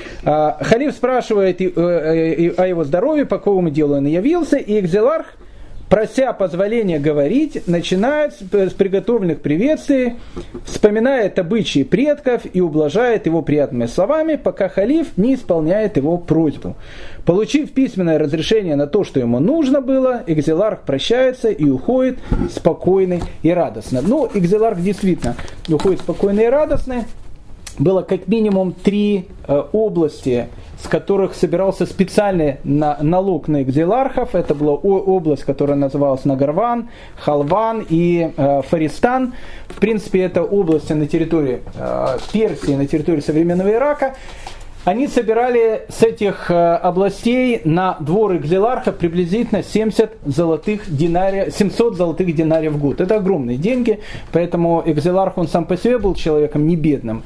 А, халиф спрашивает и, и, и, о его здоровье, по какому делу он явился, и Игзеларх, прося позволения говорить, начинает с приготовленных приветствий, вспоминает обычаи предков и ублажает его приятными словами, пока халиф не исполняет его просьбу. Получив письменное разрешение на то, что ему нужно было, Игзеларх прощается и уходит спокойный и радостно. Ну, Игзеларх действительно уходит спокойно и радостно. Было как минимум три э, области, с которых собирался специальный на, налог на Игзелархов. Это была о, область, которая называлась Нагарван, Халван и э, Фаристан. В принципе, это области на территории э, Персии, на территории современного Ирака. Они собирали с этих э, областей на двор Игзеларха приблизительно семьдесят золотых динариев, семьсот золотых динариев в год. Это огромные деньги, поэтому Игзеларх, он сам по себе был человеком не бедным.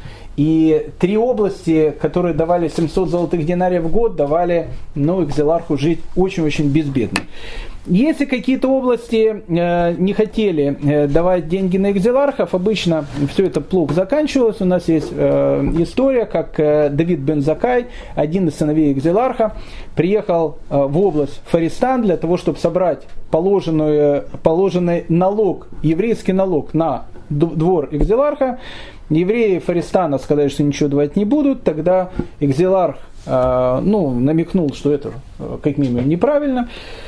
И три области, которые давали семьсот золотых динариев в год, давали, ну, Игзеларху жить очень-очень безбедно. Если какие-то области э, не хотели э, давать деньги на Игзелархов, обычно все это плохо заканчивалось. У нас есть э, история, как э, Давид бен Закай, один из сыновей Игзеларха, приехал э, в область Фаристан для того, чтобы собрать положенную, положенный налог, еврейский налог на двор Игзеларха. Евреи Фаристана сказали, что ничего давать не будут. Тогда Игзеларх э, ну, намекнул, что это э, как минимум неправильно.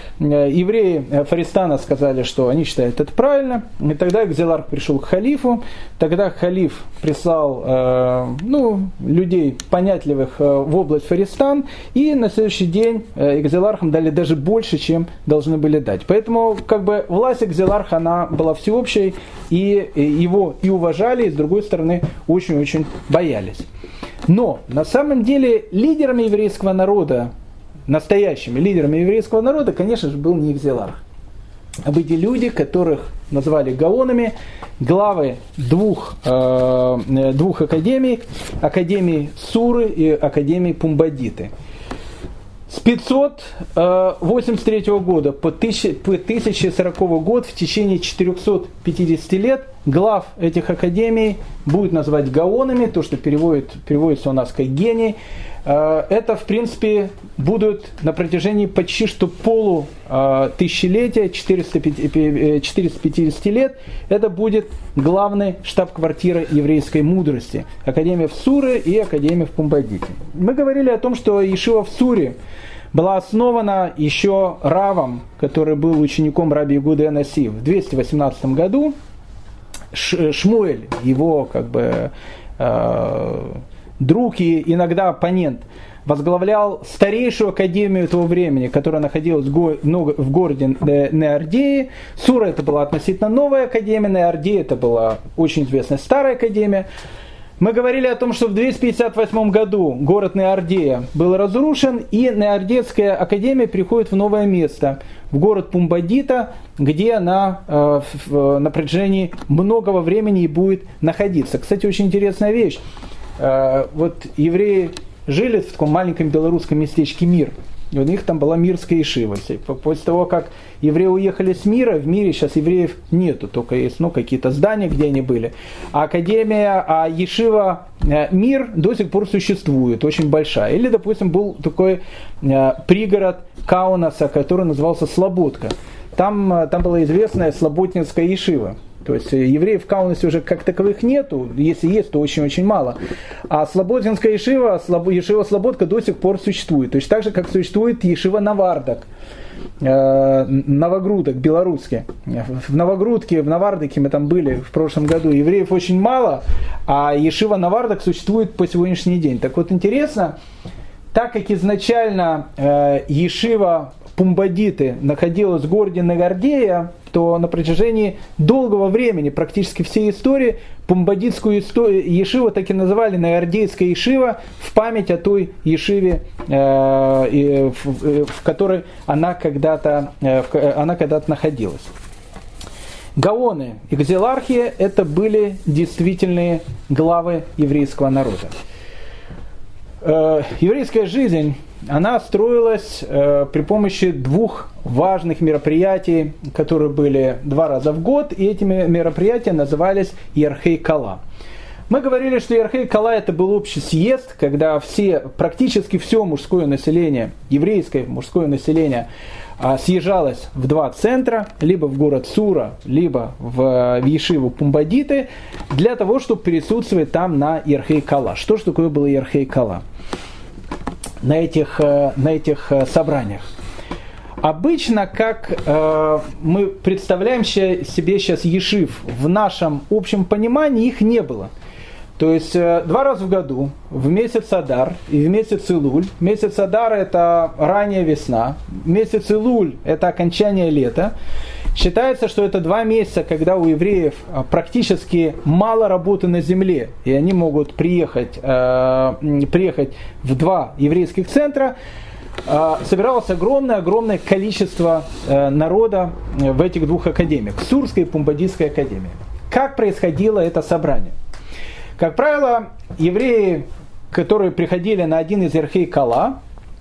Евреи Фаристана сказали, что они считают это правильно. И тогда Игзеларх пришел к халифу. Тогда халиф прислал э, ну, людей понятливых э, в область Фаристан. И на следующий день э, Игзелархам дали даже больше, чем должны были дать. Поэтому как бы власть Игзеларха, она была всеобщей. И, и его и уважали, и с другой стороны очень-очень боялись. Но на самом деле лидерами еврейского народа, настоящими лидерами еврейского народа, конечно же, был не Игзеларх. А были люди, которых назвали гаонами, главы двух, э, двух академий, академии Суры и академии Пумбадиты. С пятьсот восемьдесят третьего года по тысяча сороковой год, в течение четырехсот пятидесяти лет, глав этих академий будет назвать гаонами, то, что переводит, переводится у нас как гений. Это, в принципе, будут на протяжении почти что полу тысячелетия, четыреста пятьдесят лет, это будет главной штаб-квартира еврейской мудрости. Академия в Суре и Академия в Пумбадите. Мы говорили о том, что Ешива в Суре была основана еще Равом, который был учеником раби Игуды Анаси, в двести восемнадцатом году. Шмуэль, его как бы друг и иногда оппонент, возглавлял старейшую академию этого времени, которая находилась в городе Неардеи. Сура это была относительно новая академия, Неардея это была очень известная старая академия. Мы говорили о том, что в двести пятьдесят восьмом году город Неардея был разрушен, и Неардейская академия переходит в новое место, в город Пумбадита, где она э, в, на протяжении многого времени и будет находиться. Кстати, очень интересная вещь. Э, вот евреи жили в таком маленьком белорусском местечке Мир. И у них там была Мирская ешива. После того, как евреи уехали с Мира, в Мире сейчас евреев нету, только есть ну, какие-то здания, где они были. А академия, а ешива Мир до сих пор существует, очень большая. Или, допустим, был такой э, пригород Каунаса, который назывался Слободка. Там, там была известная Слободнинская ешива. То есть евреев в Каунасе уже как таковых нету, если есть, то очень-очень мало. А Слободинская ешива, ешива Слободка до сих пор существует. Точно так же, как существует ешива Навардак, э, Новогрудок, белорусский. В Новогрудке, в Навардаке мы там были в прошлом году, евреев очень мало, а ешива Навардак существует по сегодняшний день. Так вот интересно, так как изначально э, ешива Пумбадиты находилась в городе Неардея, то на протяжении долгого времени, практически всей истории, Пумбадитскую ешиву так и называли Неардейская ешива в память о той ешиве, э, в, в которой она когда-то, э, она когда-то находилась. Гаоны и Гзелархи – это были действительные главы еврейского народа. Э, еврейская жизнь, она строилась э, при помощи двух важных мероприятий, которые были два раза в год, и эти мероприятия назывались Ярхей Кала. Мы говорили, что Ярхей Кала это был общий съезд, когда все, практически все мужское население, еврейское мужское население, э, съезжалось в два центра, либо в город Сура, либо в, в ешиву Пумбадиты, для того, чтобы присутствовать там на Ярхей Кала. Что же такое было Ярхей Кала на этих, на этих собраниях? Обычно, как э, мы представляем себе сейчас ешив, в нашем общем понимании их не было. То есть э, два раза в году, в месяц Адар и в месяц Илуль. Месяц Адар это ранняя весна, месяц Илуль это окончание лета. Считается, что это два месяца, когда у евреев практически мало работы на земле, и они могут приехать, э, приехать в два еврейских центра. Э, собиралось огромное-огромное количество э, народа в этих двух академиях, Сурской и Пумбадитской академии. Как происходило это собрание? Как правило, евреи, которые приходили на один из Ярхей Кала,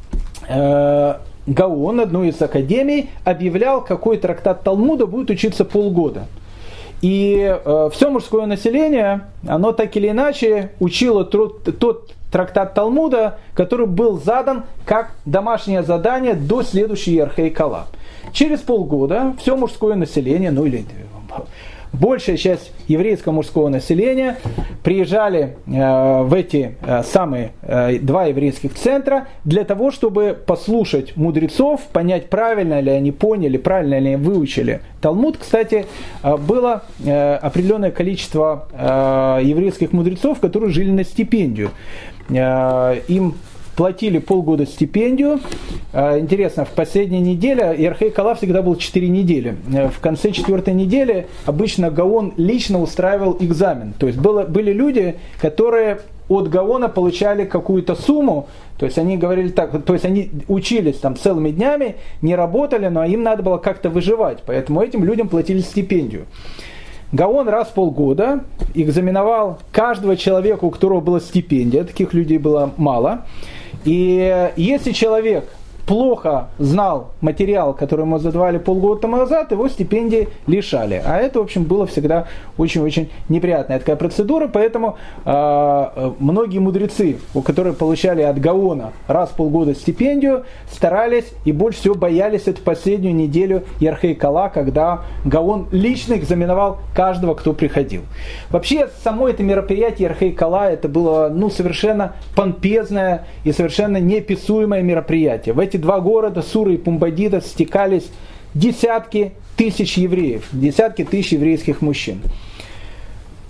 э, Гаон, одну из академий, объявлял, какой трактат Талмуда будет учиться полгода. И э, все мужское население, оно так или иначе учило тот, тот трактат Талмуда, который был задан как домашнее задание до следующей Ярхей Кала. Через полгода все мужское население, ну или большая часть еврейского мужского населения приезжали э, в эти э, самые э, два еврейских центра для того, чтобы послушать мудрецов, понять, правильно ли они поняли, правильно ли они выучили Талмуд. Кстати, э, было э, определенное количество э, еврейских мудрецов, которые жили на стипендию. Э, им платили полгода стипендию. Интересно, в последней неделе Ярхей Кала всегда был четыре недели. В конце четвертой недели обычно Гаон лично устраивал экзамен. То есть было, были люди, которые от Гаона получали какую-то сумму, то есть они говорили так, то есть они учились там целыми днями, не работали, но им надо было как-то выживать, поэтому этим людям платили стипендию. Гаон раз в полгода экзаменовал каждого человека, у которого была стипендия, таких людей было мало. И если человек плохо знал материал, который ему задавали полгода тому назад, его стипендии лишали. А это, в общем, было всегда очень-очень неприятная такая процедура, поэтому э, многие мудрецы, у которых получали от Гаона раз в полгода стипендию, старались и больше всего боялись эту последнюю неделю Ярхей Кала, когда Гаон лично экзаменовал каждого, кто приходил. Вообще, само это мероприятие Ярхей Кала, это было ну, совершенно помпезное и совершенно неописуемое мероприятие. В эти два города, Сура и Пумбадита, стекались десятки тысяч евреев, десятки тысяч еврейских мужчин.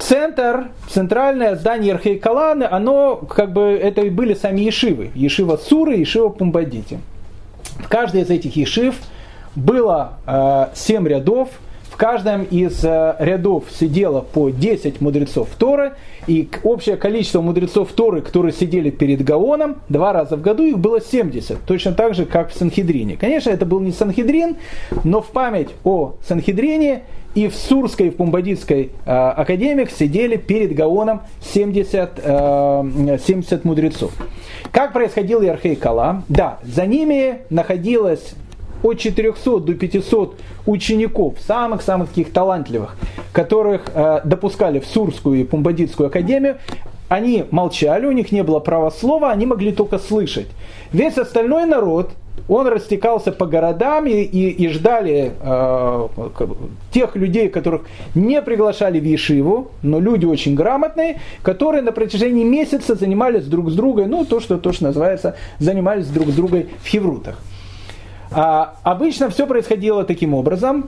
центр, центральное здание Архей-Кала, оно как бы, это и были сами ешивы. Ешива Цура и ешива Пумбадити. В каждой из этих ешив было э, семь рядов. В каждом из э, рядов сидело по десять мудрецов Торы. И общее количество мудрецов Торы, которые сидели перед Гаоном, два раза в году их было семьдесят. Точно так же, как в Санхедрине. Конечно, это был не Санхедрин, но в память о Санхедрине и в Сурской, и в Пумбадитской э, академиях сидели перед Гаоном семьдесят, э, семьдесят мудрецов. Как происходил Ярхей Кала? Да, за ними находилось от четырехсот до пятисот учеников, самых-самых таких талантливых, которых э, допускали в Сурскую и Пумбадитскую академию. Они молчали, у них не было права слова, они могли только слышать. Весь остальной народ, он растекался по городам и, и, и ждали э, тех людей, которых не приглашали в ешиву, но люди очень грамотные, которые на протяжении месяца занимались друг с другом, ну то, что, то, что называется, занимались друг с другом в хеврутах. А, обычно все происходило таким образом.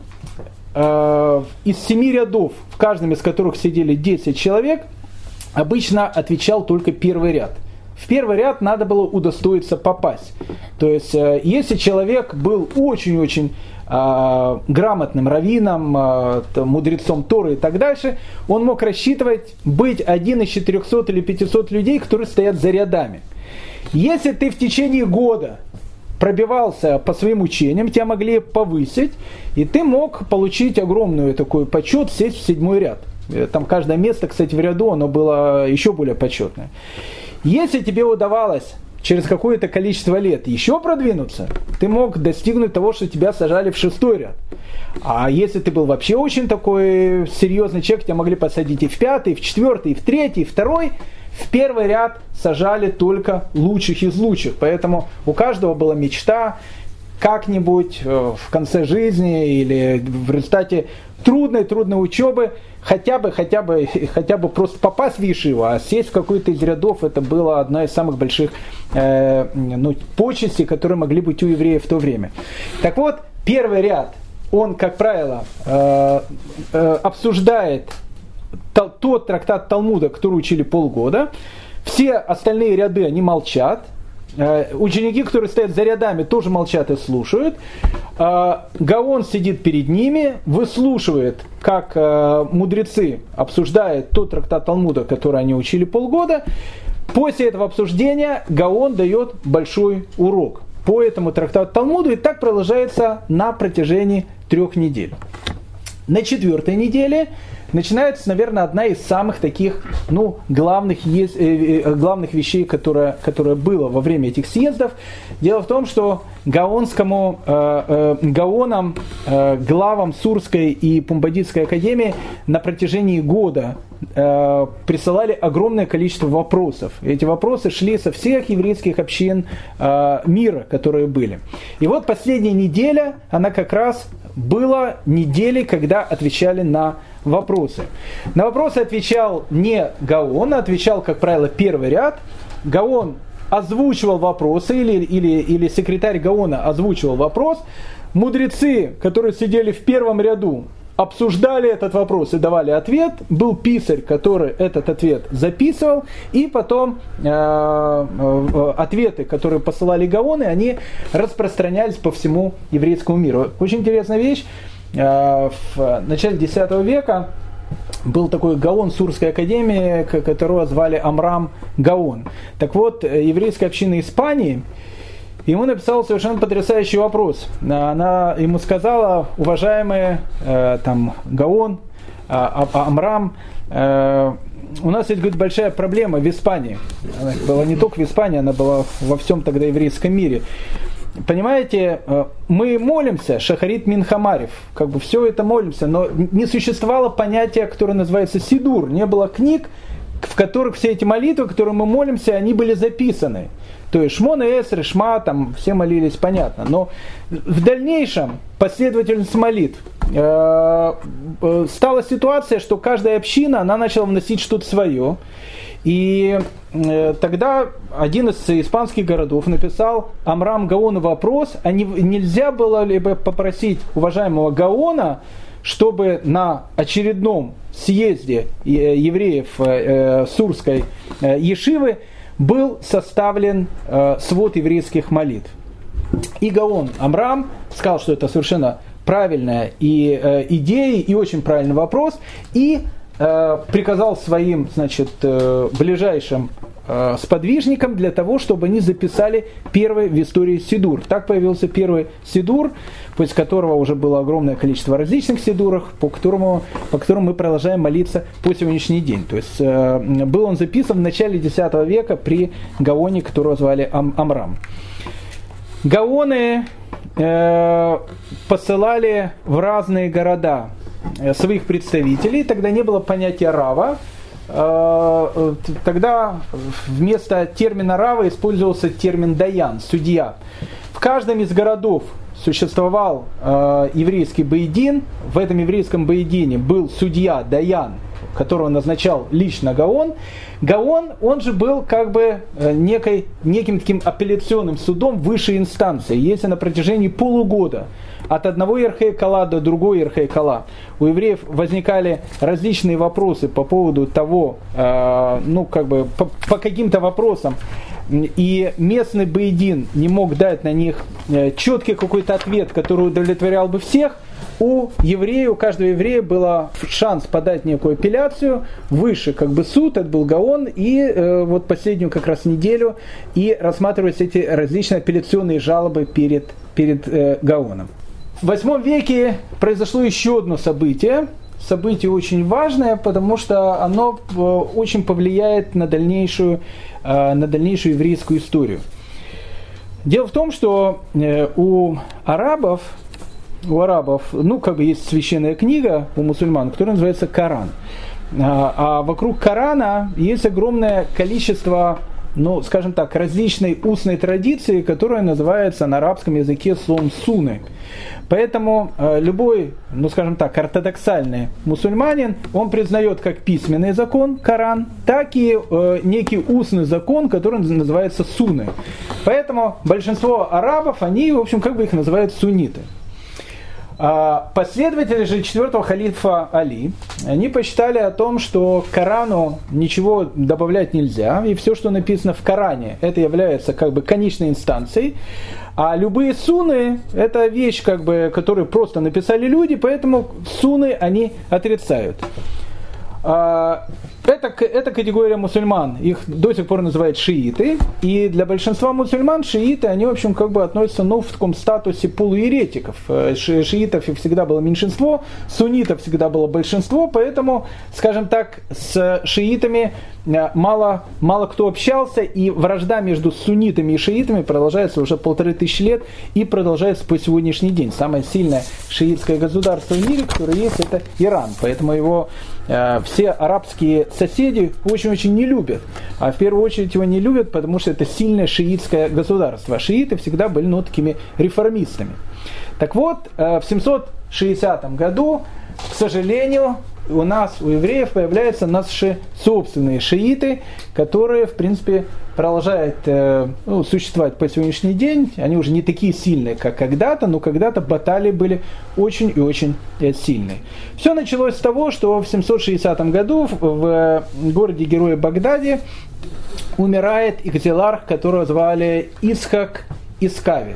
Э, из семи рядов, в каждом из которых сидели десять человек, обычно отвечал только первый ряд. В первый ряд надо было удостоиться попасть. То есть, э, если человек был очень-очень э, грамотным раввином, э, мудрецом Торы и так дальше, он мог рассчитывать быть один из четырехсот или пятисот людей, которые стоят за рядами. Если ты в течение года пробивался по своим учениям, тебя могли повысить, и ты мог получить огромную такой почет, сесть в седьмой ряд. Там каждое место, кстати, в ряду, оно было еще более почетное. Если тебе удавалось через какое-то количество лет еще продвинуться, ты мог достигнуть того, что тебя сажали в шестой ряд. А если ты был вообще очень такой серьезный человек, тебя могли посадить и в пятый, и в четвертый, и в третий, и в в первый ряд сажали только лучших из лучших. Поэтому у каждого была мечта как-нибудь в конце жизни или в результате трудной-трудной учебы хотя бы, хотя бы, хотя бы просто попасть в ешиву, а сесть в какой-то из рядов, это была одна из самых больших э, ну, почестей, которые могли быть у евреев в то время. Так вот, первый ряд, он, как правило, э, э, обсуждает тот трактат Талмуда, который учили полгода. Все остальные ряды, они молчат. Ученики, которые стоят за рядами, тоже молчат и слушают. Гаон сидит перед ними, выслушивает, как мудрецы обсуждают тот трактат Талмуда, который они учили полгода. После этого обсуждения Гаон дает большой урок по этому трактату Талмуду, и так продолжается на протяжении трех недель. На четвертой неделе начинается, наверное, одна из самых таких, ну, главных, есть, э, э, главных вещей, которая, которая была во время этих съездов. Дело в том, что Гаонскому, э, э, Гаонам, э, главам Сурской и Пумбадитской академии на протяжении года э, присылали огромное количество вопросов. Эти вопросы шли со всех еврейских общин э, мира, которые были. И вот последняя неделя, она как раз была неделей, когда отвечали на вопросы. На вопросы отвечал не Гаон, а отвечал, как правило, первый ряд. Гаон озвучивал вопросы, или, или, или секретарь Гаона озвучивал вопрос. Мудрецы, которые сидели в первом ряду, обсуждали этот вопрос и давали ответ. Был писарь, который этот ответ записывал. И потом э, э, ответы, которые посылали Гаоны, они распространялись по всему еврейскому миру. Очень интересная вещь. Э, в начале десятого века был такой Гаон Сурской академии, которого звали Амрам Гаон. Так вот, еврейская община Испании ему написала совершенно потрясающий вопрос. Она ему сказала: уважаемый э, там, Гаон, э, Амрам, э, у нас есть, говорит, большая проблема в Испании. Она была не только в Испании, она была во всем тогда еврейском мире. Понимаете, мы молимся, шахарит минхамарев, как бы все это молимся, но не существовало понятия, которое называется сидур, не было книг, в которых все эти молитвы, которые мы молимся, они были записаны. То есть Шмон и Эсер, и Шма, там все молились, понятно. Но в дальнейшем последовательность молитв э, э, стала ситуация, что каждая община, она начала вносить что-то свое. И э, тогда один из испанских городов написал Амрам Гаону вопрос, а не, нельзя было ли бы попросить уважаемого Гаона чтобы на очередном съезде евреев Сурской ешивы был составлен свод еврейских молитв. И Гаон Амрам сказал, что это совершенно правильная и, э, идея, и очень правильный вопрос, и э, приказал своим, значит, э, ближайшим э, сподвижникам для того, чтобы они записали первый в истории сидур. Так появился первый сидур, после которого уже было огромное количество различных сидуров, по которому, по которому мы продолжаем молиться по сегодняшний день. То есть э, был он записан в начале десятого века при Гаоне, которого звали Ам- Амрам. Гаоны э, посылали в разные города э, своих представителей, тогда не было понятия рава, э, тогда вместо термина рава использовался термин даян, судья. В каждом из городов существовал э, еврейский бейдин, в этом еврейском бейдине был судья, даян, которого назначал лично Гаон. Гаон, он же был как бы некой, неким таким апелляционным судом высшей инстанции. Если на протяжении полугода от одного Ирхей Кала до другого Ирхей Кала у евреев возникали различные вопросы по поводу того, э, ну как бы по, по каким-то вопросам, и местный бейдин не мог дать на них четкий какой-то ответ, который удовлетворял бы всех, у еврея, у каждого еврея был шанс подать некую апелляцию, выше как бы суд, это был Гаон, и э, вот последнюю как раз неделю и рассматривались эти различные апелляционные жалобы перед, перед э, Гаоном. В восьмом веке произошло еще одно событие, событие очень важное, потому что оно э, очень повлияет на дальнейшую, э, на дальнейшую еврейскую историю. Дело в том, что э, у арабов У арабов, ну, как бы есть священная книга у мусульман, которая называется Коран. А, а вокруг Корана есть огромное количество, ну, скажем так, различной устной традиции, которая называется на арабском языке словом суны. Поэтому э, любой, ну, скажем так, ортодоксальный мусульманин, он признает как письменный закон Коран, так и э, некий устный закон, который называется суны. Поэтому большинство арабов, они, в общем, как бы их называют сунниты. Последователи же четвертого халифа Али, они посчитали о том, что к Корану ничего добавлять нельзя, и все, что написано в Коране, это является как бы конечной инстанцией, а любые суны, это вещь, как бы, которую просто написали люди, поэтому суны они отрицают. Это, это категория мусульман, их до сих пор называют шииты, и для большинства мусульман шииты, они, в общем, как бы относятся, ну, в таком статусе полуеретиков. Ши, шиитов всегда было меньшинство, суннитов всегда было большинство, поэтому, скажем так, с шиитами мало, мало кто общался, и вражда между суннитами и шиитами продолжается уже полторы тысячи лет и продолжается по сегодняшний день. Самое сильное шиитское государство в мире, которое есть, это Иран, поэтому его э, все арабские соседи очень-очень не любят. А в первую очередь его не любят, потому что это сильное шиитское государство. А шииты всегда были, ну, такими реформистами. Так вот, в семьсот шестидесятом году, к сожалению, у нас, у евреев, появляются наши собственные шииты, которые, в принципе, продолжают э, ну, существовать по сегодняшний день. Они уже не такие сильные, как когда-то, но когда-то баталии были очень и очень сильные. Все началось с того, что в семьсот шестидесятом году в, в городе-герое Багдаде умирает экзиларх, которого звали Исхак Искави.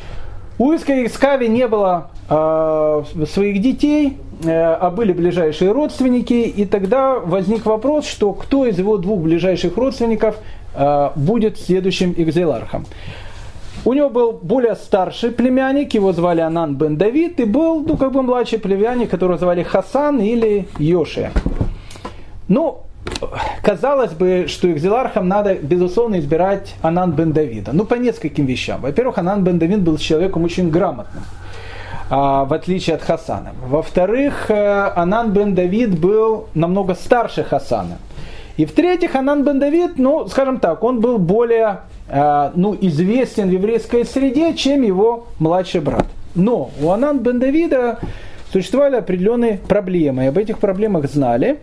У Исхака Искави не было э, своих детей, а были ближайшие родственники, и тогда возник вопрос, что кто из его двух ближайших родственников э, будет следующим экзилархом. У него был более старший племянник, его звали Анан бен Давид, и был, ну, как бы младший племянник, которого звали Хасан или Йошия. Ну, казалось бы, что экзилархом надо, безусловно, избирать Анан бен Давида. Ну, по нескольким вещам. Во-первых, Анан бен Давид был человеком очень грамотным, в отличие от Хасана. Во-вторых, Анан бен Давид был намного старше Хасана. И в-третьих, Анан бен Давид, ну, скажем так, он был более ну, известен в еврейской среде, чем его младший брат. Но у Анан бен Давида существовали определенные проблемы. И об этих проблемах знали.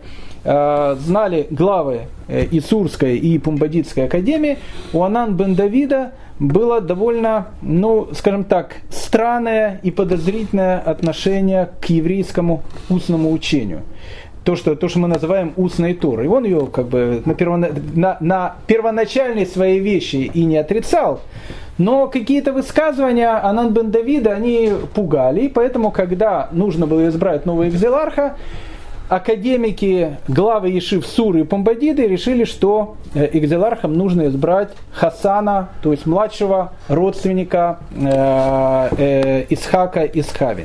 Знали главы и Сурской, и Пумбадитской академии. У Анан бен Давида было довольно, ну, скажем так, странное и подозрительное отношение к еврейскому устному учению. То, что, то, что мы называем устной Торой. И он ее как бы на, первона, на, на первоначальной своей вещи и не отрицал, но какие-то высказывания Анан бен Давида, они пугали, и поэтому, когда нужно было избрать нового экзиларха, академики, главы ешив Суры и Пумбадиды решили, что экзилархом нужно избрать Хасана, то есть младшего родственника э, э, Исхака Исхави.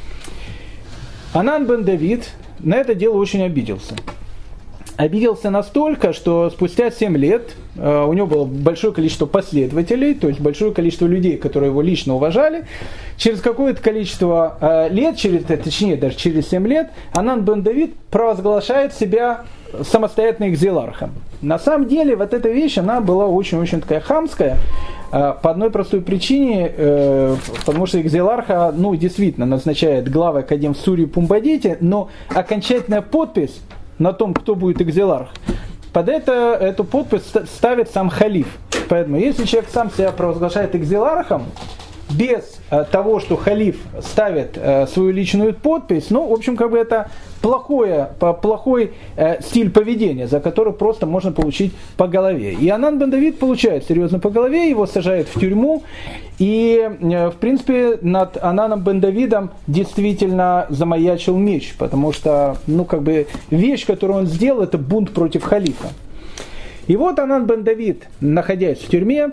Анан бен Давид на это дело очень обиделся. Обиделся настолько, что спустя семь лет э, у него было большое количество последователей, то есть большое количество людей, которые его лично уважали. Через какое-то количество э, лет, через, точнее даже через семь лет, Анан бен Давид провозглашает себя самостоятельным экзилархом. На самом деле вот эта вещь, она была очень-очень такая хамская, э, по одной простой причине, э, потому что экзиларха, ну, действительно назначает главы академ в Суре и Пумбадите, но окончательная подпись на том, кто будет экзиларх, под это, эту подпись ставит сам халиф. Поэтому если человек сам себя провозглашает экзилархом, без э, того, что халиф ставит э, свою личную подпись, ну, в общем, как бы это плохое, плохой э, стиль поведения, за который просто можно получить по голове. И Анан бен Давид получает серьезно по голове, его сажают в тюрьму, и, э, в принципе, над Ананом бен Давидом действительно замаячил меч, потому что, ну, как бы, вещь, которую он сделал, это бунт против халифа. И вот Анан бен Давид, находясь в тюрьме,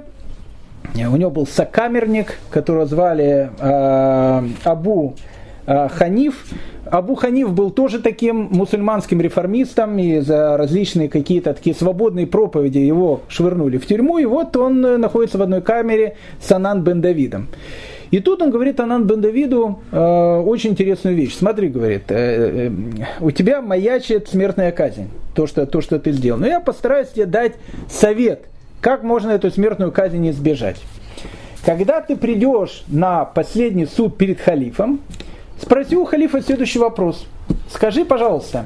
у него был сокамерник, которого звали э, Абу э, Ханиф. Абу Ханиф был тоже таким мусульманским реформистом, и за различные какие-то такие свободные проповеди его швырнули в тюрьму, и вот он находится в одной камере с Анан бен Давидом. И тут он говорит Анан бен Давиду э, очень интересную вещь. Смотри, говорит, э, э, у тебя маячит смертная казнь, то что, то, что ты сделал. Но я постараюсь тебе дать совет, как можно эту смертную казнь избежать. Когда ты придешь на последний суд перед халифом, спроси у халифа следующий вопрос. Скажи, пожалуйста,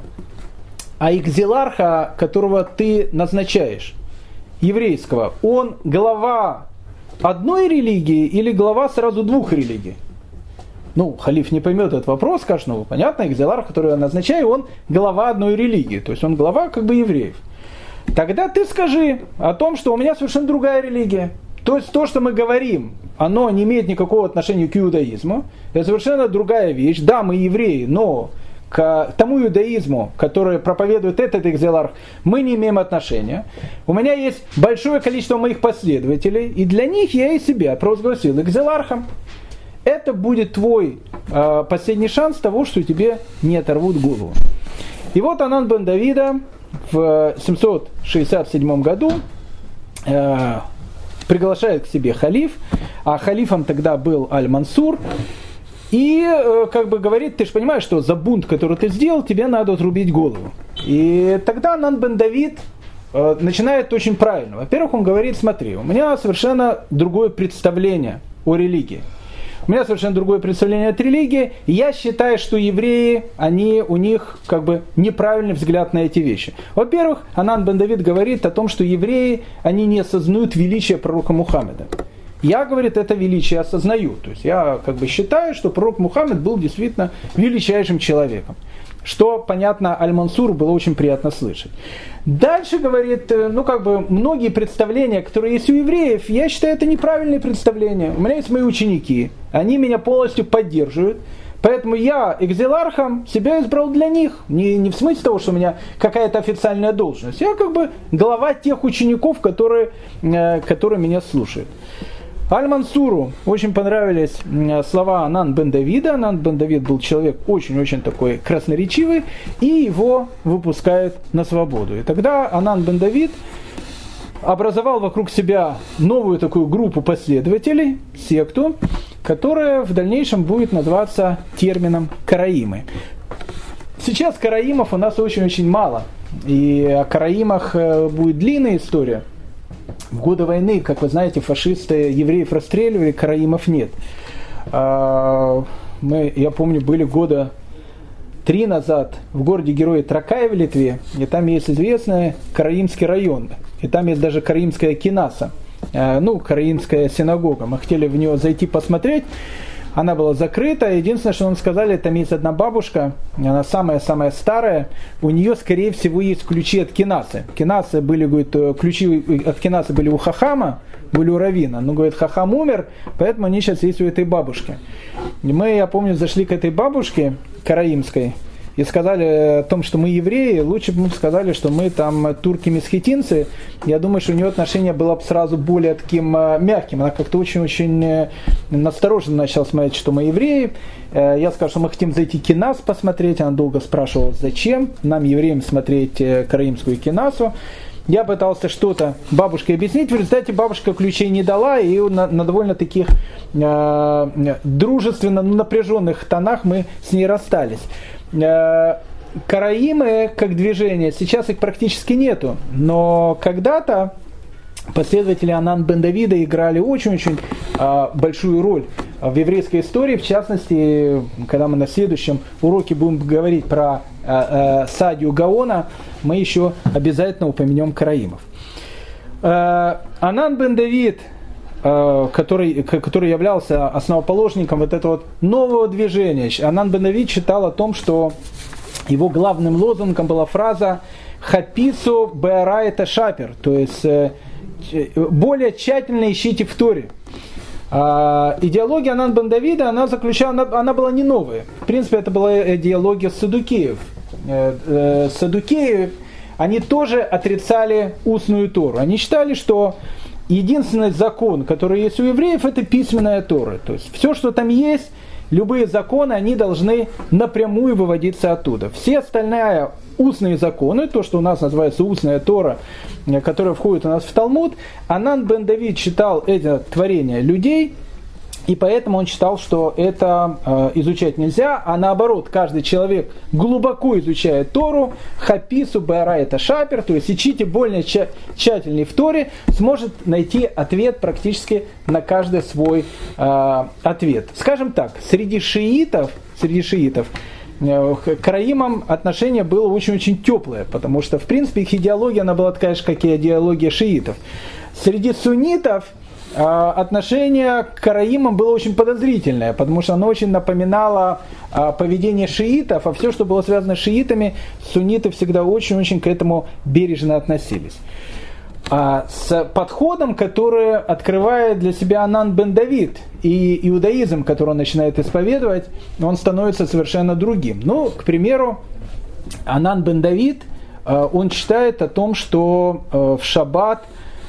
а экзиларха, которого ты назначаешь, еврейского, он глава одной религии или глава сразу двух религий? Ну, халиф не поймет этот вопрос, скажет, ну, понятно, экзиларх, который я назначаю, он глава одной религии, то есть он глава как бы евреев. Тогда ты скажи о том, что у меня совершенно другая религия. То есть то, что мы говорим, оно не имеет никакого отношения к иудаизму. Это совершенно другая вещь. Да, мы евреи, но к тому иудаизму, который проповедует этот экзиларх, мы не имеем отношения. У меня есть большое количество моих последователей, и для них я и себя провозгласил экзилархом. Это будет твой э, последний шанс того, что тебе не оторвут голову. И вот Анан бен Давида в семьсот шестьдесят седьмом году э, приглашает к себе халиф, а халифом тогда был Аль-Мансур, и э, как бы говорит, ты же понимаешь, что за бунт, который ты сделал, тебе надо отрубить голову. И тогда Анан бен Давид э, начинает очень правильно. Во-первых, он говорит, смотри, у меня совершенно другое представление о религии. У меня совершенно другое представление от религии. Я считаю, что евреи, они, у них как бы неправильный взгляд на эти вещи. Во-первых, Анан бен Давид говорит о том, что евреи, они не осознают величие пророка Мухаммеда. Я, говорит, это величие осознаю. То есть я как бы считаю, что пророк Мухаммед был действительно величайшим человеком. Что, понятно, Аль-Мансуру было очень приятно слышать. Дальше говорит, ну как бы многие представления, которые есть у евреев, я считаю, это неправильные представления. У меня есть мои ученики, они меня полностью поддерживают. Поэтому я экзилархом себя избрал для них. Не, не в смысле того, что у меня какая-то официальная должность. Я как бы глава тех учеников, которые, которые меня слушают. Аль-Мансуру очень понравились слова Анан бен Давида. Анан бен Давид был человек очень-очень такой красноречивый, и его выпускают на свободу. И тогда Анан бен Давид образовал вокруг себя новую такую группу последователей, секту, которая в дальнейшем будет называться термином караимы. Сейчас караимов у нас очень-очень мало, и о караимах будет длинная история. В годы войны, как вы знаете, фашисты евреев расстреливали, караимов нет. Мы, я помню, были года три назад в городе-герое Тракай в Литве, и там есть известный караимский район, и там есть даже караимская кинаса. ну, караимская синагога. Мы хотели в нее зайти посмотреть. Она была закрыта. Единственное, что нам сказали, там есть одна бабушка, она самая-самая старая, у нее, скорее всего, есть ключи от Кинасы. Кинасы были, говорит, ключи от Кинасы были у Хахама, были у Равина. Но, говорит, Хахам умер, поэтому они сейчас есть у этой бабушки. И мы, я помню, зашли к этой бабушке караимской и сказали о том, что мы евреи, лучше бы мы сказали, что мы там турки-месхетинцы. Я думаю, что у нее отношение было бы сразу более таким мягким. Она как-то очень-очень настороженно начала смотреть, что мы евреи. Я сказал, что мы хотим зайти кинас посмотреть. Она долго спрашивала, зачем нам, евреям, смотреть караимскую кинасу. Я пытался что-то бабушке объяснить, в результате бабушка ключей не дала, и на, на довольно таких э, дружественно напряженных тонах мы с ней расстались. Э, караимы как движение, сейчас их практически нету, но когда-то последователи Анан бен Давида играли очень-очень э, большую роль в еврейской истории, в частности, когда мы на следующем уроке будем говорить про э, э, Садию Гаона, мы еще обязательно упомянем караимов. Э, Анан бен Давид, э, который, который являлся основоположником вот этого вот нового движения, Анан бен Давид читал о том, что его главным лозунгом была фраза «Хапису беарайта шапер», то есть э, более тщательно ищите в Торе. А, идеология Анан бен Давида, она заключала, она, она была не новая. В принципе, это была идеология саддукеев. Э, э, саддукеи, они тоже отрицали устную Тору. Они считали, что единственный закон, который есть у евреев, это письменная Тора. То есть все, что там есть, любые законы, они должны напрямую выводиться оттуда. Все остальные устные законы, то, что у нас называется устная Тора, которая входит у нас в Талмуд, Анан бен Давид читал это творение людей, и поэтому он считал, что это э, изучать нельзя, а наоборот, каждый человек глубоко изучает Тору, хапису беарайта шапер, то есть ищите более тща- тщательней в Торе, сможет найти ответ практически на каждый свой э, ответ. Скажем так, среди шиитов, среди шиитов к караимам отношение было очень-очень теплое, потому что, в принципе, их идеология, она была такая же, как и идеология шиитов. Среди суннитов отношение к караимам было очень подозрительное, потому что оно очень напоминало поведение шиитов, а все, что было связано с шиитами, сунниты всегда очень-очень к этому бережно относились. А с подходом, который открывает для себя Анан бен Давид, и иудаизм, который он начинает исповедовать, он становится совершенно другим. Ну, к примеру, Анан бен Давид, он читает о том, что в шаббат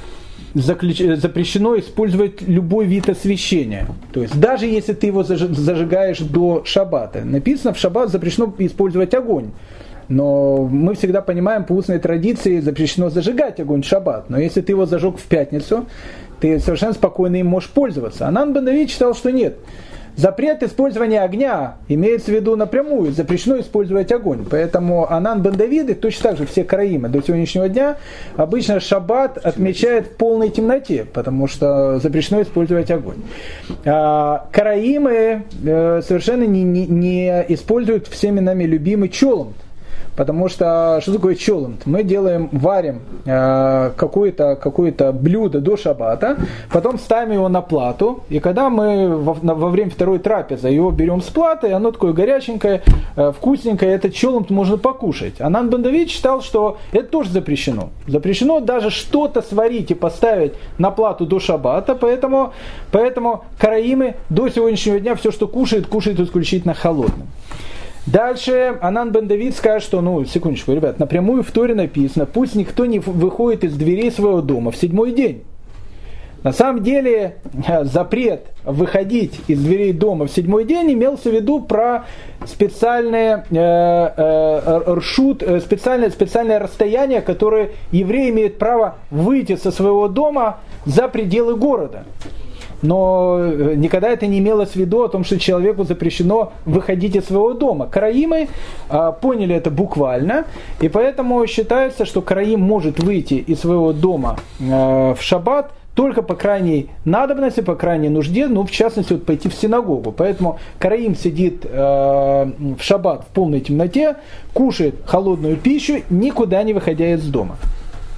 запрещено использовать любой вид освещения. То есть даже если ты его зажигаешь до шаббата. Написано, в шаббат запрещено использовать огонь. Но мы всегда понимаем, по устной традиции запрещено зажигать огонь в шаббат. Но если ты его зажег в пятницу, ты совершенно спокойно им можешь пользоваться. Анан бен Давид считал, что нет. Запрет использования огня имеется в виду напрямую, запрещено использовать огонь. Поэтому Анан бен Давид, и точно так же все караимы до сегодняшнего дня, обычно шаббат отмечает в полной темноте, потому что запрещено использовать огонь. А караимы совершенно не, не, не используют всеми нами любимый чолом. Потому что, что такое чолент? Мы делаем, варим э, какое-то, какое-то блюдо до шаббата, потом ставим его на плату, и когда мы во, во время второй трапезы его берем с платы, оно такое горяченькое, э, вкусненькое, этот чолент можно покушать. Анан бен Давид считал, что это тоже запрещено. Запрещено даже что-то сварить и поставить на плату до шаббата, поэтому, поэтому караимы до сегодняшнего дня все, что кушают, кушают исключительно холодным. Дальше Анан бен Давид скажет, что, ну, секундочку, ребят, напрямую в Торе написано, пусть никто не выходит из дверей своего дома в седьмой день. На самом деле запрет выходить из дверей дома в седьмой день имелся в виду про специальное э, э, ршут, специальное, специальное расстояние, которое евреи имеют право выйти со своего дома за пределы города. Но никогда это не имелось в виду о том, что человеку запрещено выходить из своего дома. Караимы а, поняли это буквально, и поэтому считается, что караим может выйти из своего дома а, в шаббат только по крайней надобности, по крайней нужде, ну, в частности, вот, пойти в синагогу. Поэтому караим сидит э, в шаббат в полной темноте, кушает холодную пищу, никуда не выходя из дома.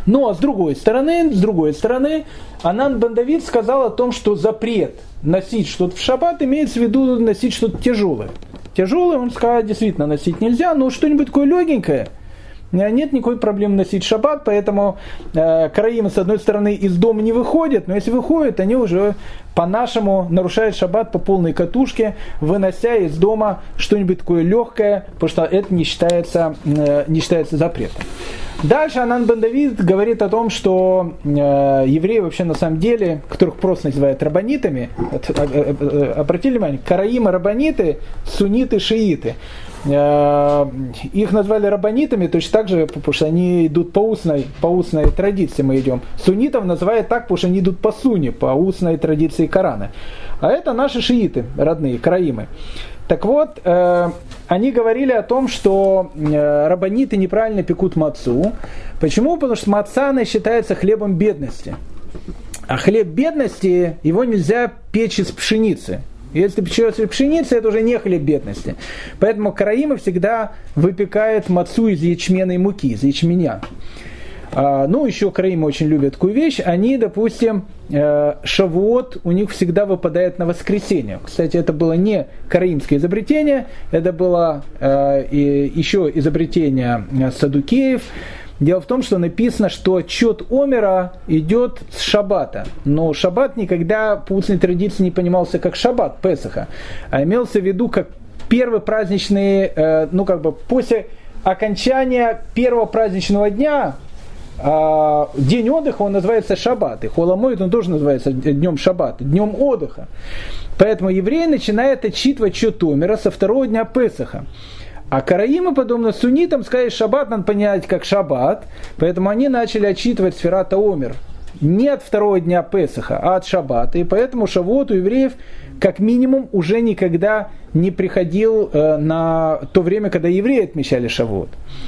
Но с другой стороны, с другой стороны, Анан бен Давид сказал о том, что запрет носить что-то в шаббат имеется в виду носить что-то тяжелое. Тяжелое, он сказал, действительно носить нельзя, но что-нибудь такое легенькое. Нет никакой проблемы носить шаббат, поэтому э, караимы, с одной стороны, из дома не выходят, но если выходят, они уже по-нашему нарушают шаббат по полной катушке, вынося из дома что-нибудь такое легкое, потому что это не считается, э, не считается запретом. Дальше Анан бен Давид говорит о том, что э, евреи вообще на самом деле, которых просто называют раббанитами, обратили внимание, караимы раббаниты, сунниты, шииты. Их назвали раббанитами точно так же, потому что они идут по устной, по устной традиции мы идем. Суннитов называют так, потому что они идут по сунне, по устной традиции Корана. А это наши шииты, родные, караимы. Так вот, э, они говорили о том, что э, раббаниты неправильно пекут мацу. Почему? Потому что маца, она считается хлебом бедности. А хлеб бедности, его нельзя печь из пшеницы. Если печется из пшеницы, это уже не хлеб бедности. Поэтому караимы всегда выпекают мацу из ячменной муки, из ячменя. А, ну, еще караимы очень любят такую вещь. Они, допустим, э, шавуот у них всегда выпадает на воскресенье. Кстати, это было не караимское изобретение, это было э, и, еще изобретение саддукеев. Дело в том, что написано, что отчет Омера идет с шаббата. Но шаббат никогда по устной традиции не понимался как шаббат, Песаха, а имелся в виду как первый праздничный, э, ну как бы после окончания первого праздничного дня, э, день отдыха, он называется шаббат. И Холомоид, он тоже называется днем шаббата, днем отдыха. Поэтому евреи начинают отчитывать отчет Омера со второго дня Песаха. А караимы, подобно суннитам, сказали, шаббат надо понять как шаббат, поэтому они начали отчитывать сферата Омер не от второго дня Песаха, а от шаббата. И поэтому шавуот у евреев как минимум уже никогда не приходил э, на то время, когда евреи отмечали шавуот.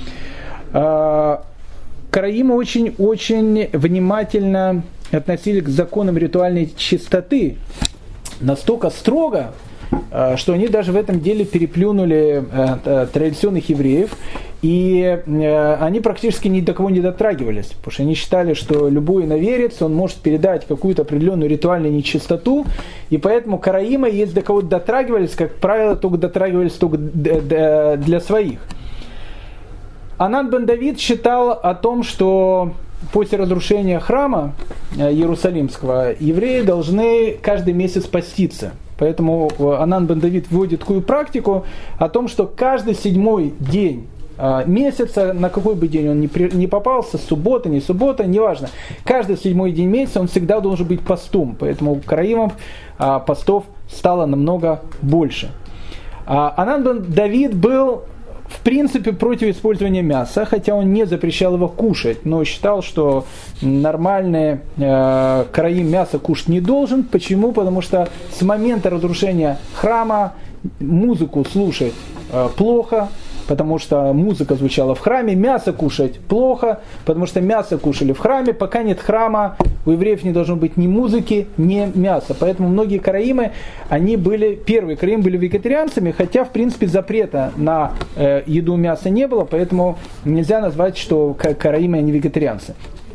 Э, караимы очень-очень внимательно относились к законам ритуальной чистоты, настолько строго, что они даже в этом деле переплюнули э, традиционных евреев, и э, они практически ни до кого не дотрагивались, потому что они считали, что любой иноверец, он может передать какую-то определенную ритуальную нечистоту, и поэтому караимы, если до кого-то дотрагивались, как правило, только дотрагивались только для своих. Анан бен Давид считал о том, что после разрушения храма Иерусалимского евреи должны каждый месяц поститься. Поэтому Анан бен Давид вводит такую практику о том, что каждый седьмой день месяца, на какой бы день он ни, при, ни попался, суббота, не суббота, неважно, каждый седьмой день месяца он всегда должен быть постом. Поэтому у караимов постов стало намного больше. Анан бен Давид был в принципе против использования мяса, хотя он не запрещал его кушать, но считал, что нормальный э, караим мясо кушать не должен. Почему? Потому что с момента разрушения храма музыку слушать э, плохо, потому что музыка звучала в храме, мясо кушать плохо, потому что мясо кушали в храме, пока нет храма, у евреев не должно быть ни музыки, ни мяса. Поэтому многие караимы, они были, первые караимы были вегетарианцами, хотя в принципе запрета на э, еду мяса не было, поэтому нельзя назвать, что караимы они вегетарианцы.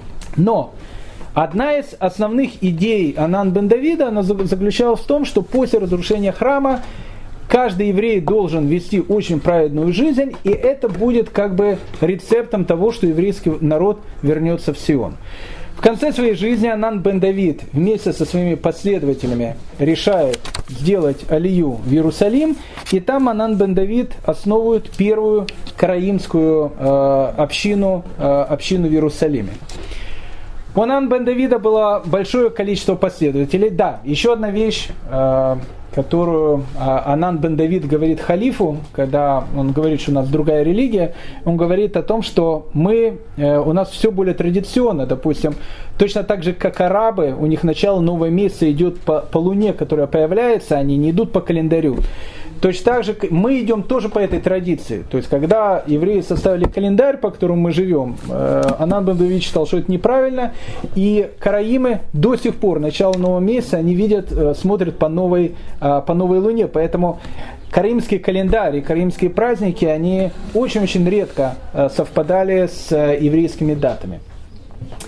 Но одна из основных идей Анан бен Давида, она заключалась в том, что после разрушения храма каждый еврей должен вести очень праведную жизнь, и это будет как бы рецептом того, что еврейский народ вернется в Сион. В конце своей жизни Анан бен Давид вместе со своими последователями решает сделать алию в Иерусалим, и там Анан бен Давид основывает первую караимскую э, общину, э, общину в Иерусалиме. У Анан бен Давида было большое количество последователей. Да, еще одна вещь, э, которую Анан бен Давид говорит халифу, когда он говорит, что у нас другая религия, он говорит о том, что мы, у нас все более традиционно, допустим, точно так же, как арабы, у них начало нового месяца идет по, по луне, которая появляется, они не идут по календарю. Точно так же мы идем тоже по этой традиции. То есть, когда евреи составили календарь, по которому мы живем, Анан бен Давид считал, что это неправильно, и караимы до сих пор, начало нового месяца, они видят, смотрят по новой, по новой луне. Поэтому караимский календарь и караимские праздники, они очень-очень редко совпадали с еврейскими датами.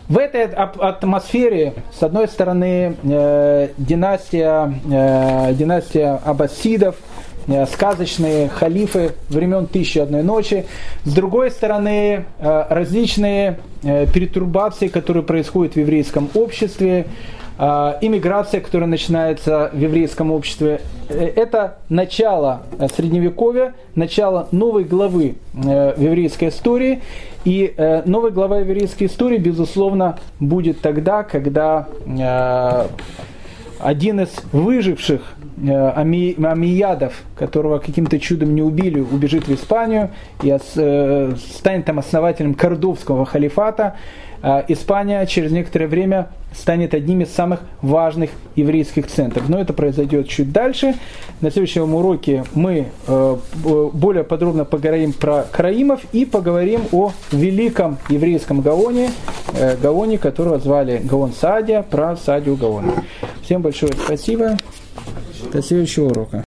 В этой атмосфере, с одной стороны, э, династия, э, династия аббасидов, э, сказочные халифы времен «Тысячи и одной ночи», с другой стороны, э, различные э, перетурбации, которые происходят в еврейском обществе, э, иммиграция, которая начинается в еврейском обществе. Это начало Средневековья, начало новой главы э, в еврейской истории. И э, новая глава еврейской истории, безусловно, будет тогда, когда э, один из выживших э, ами, амиядов, которого каким-то чудом не убили, убежит в Испанию и э, станет там основателем Кордовского халифата. Э, Испания через некоторое время станет одним из самых важных еврейских центров. Но это произойдет чуть дальше. На следующем уроке мы э, более подробно поговорим про караимов и поговорим о великом еврейском Гаоне, э, Гаоне, которого звали Гаон Саадия, про Саадию Гаона. Всем большое спасибо. До следующего урока.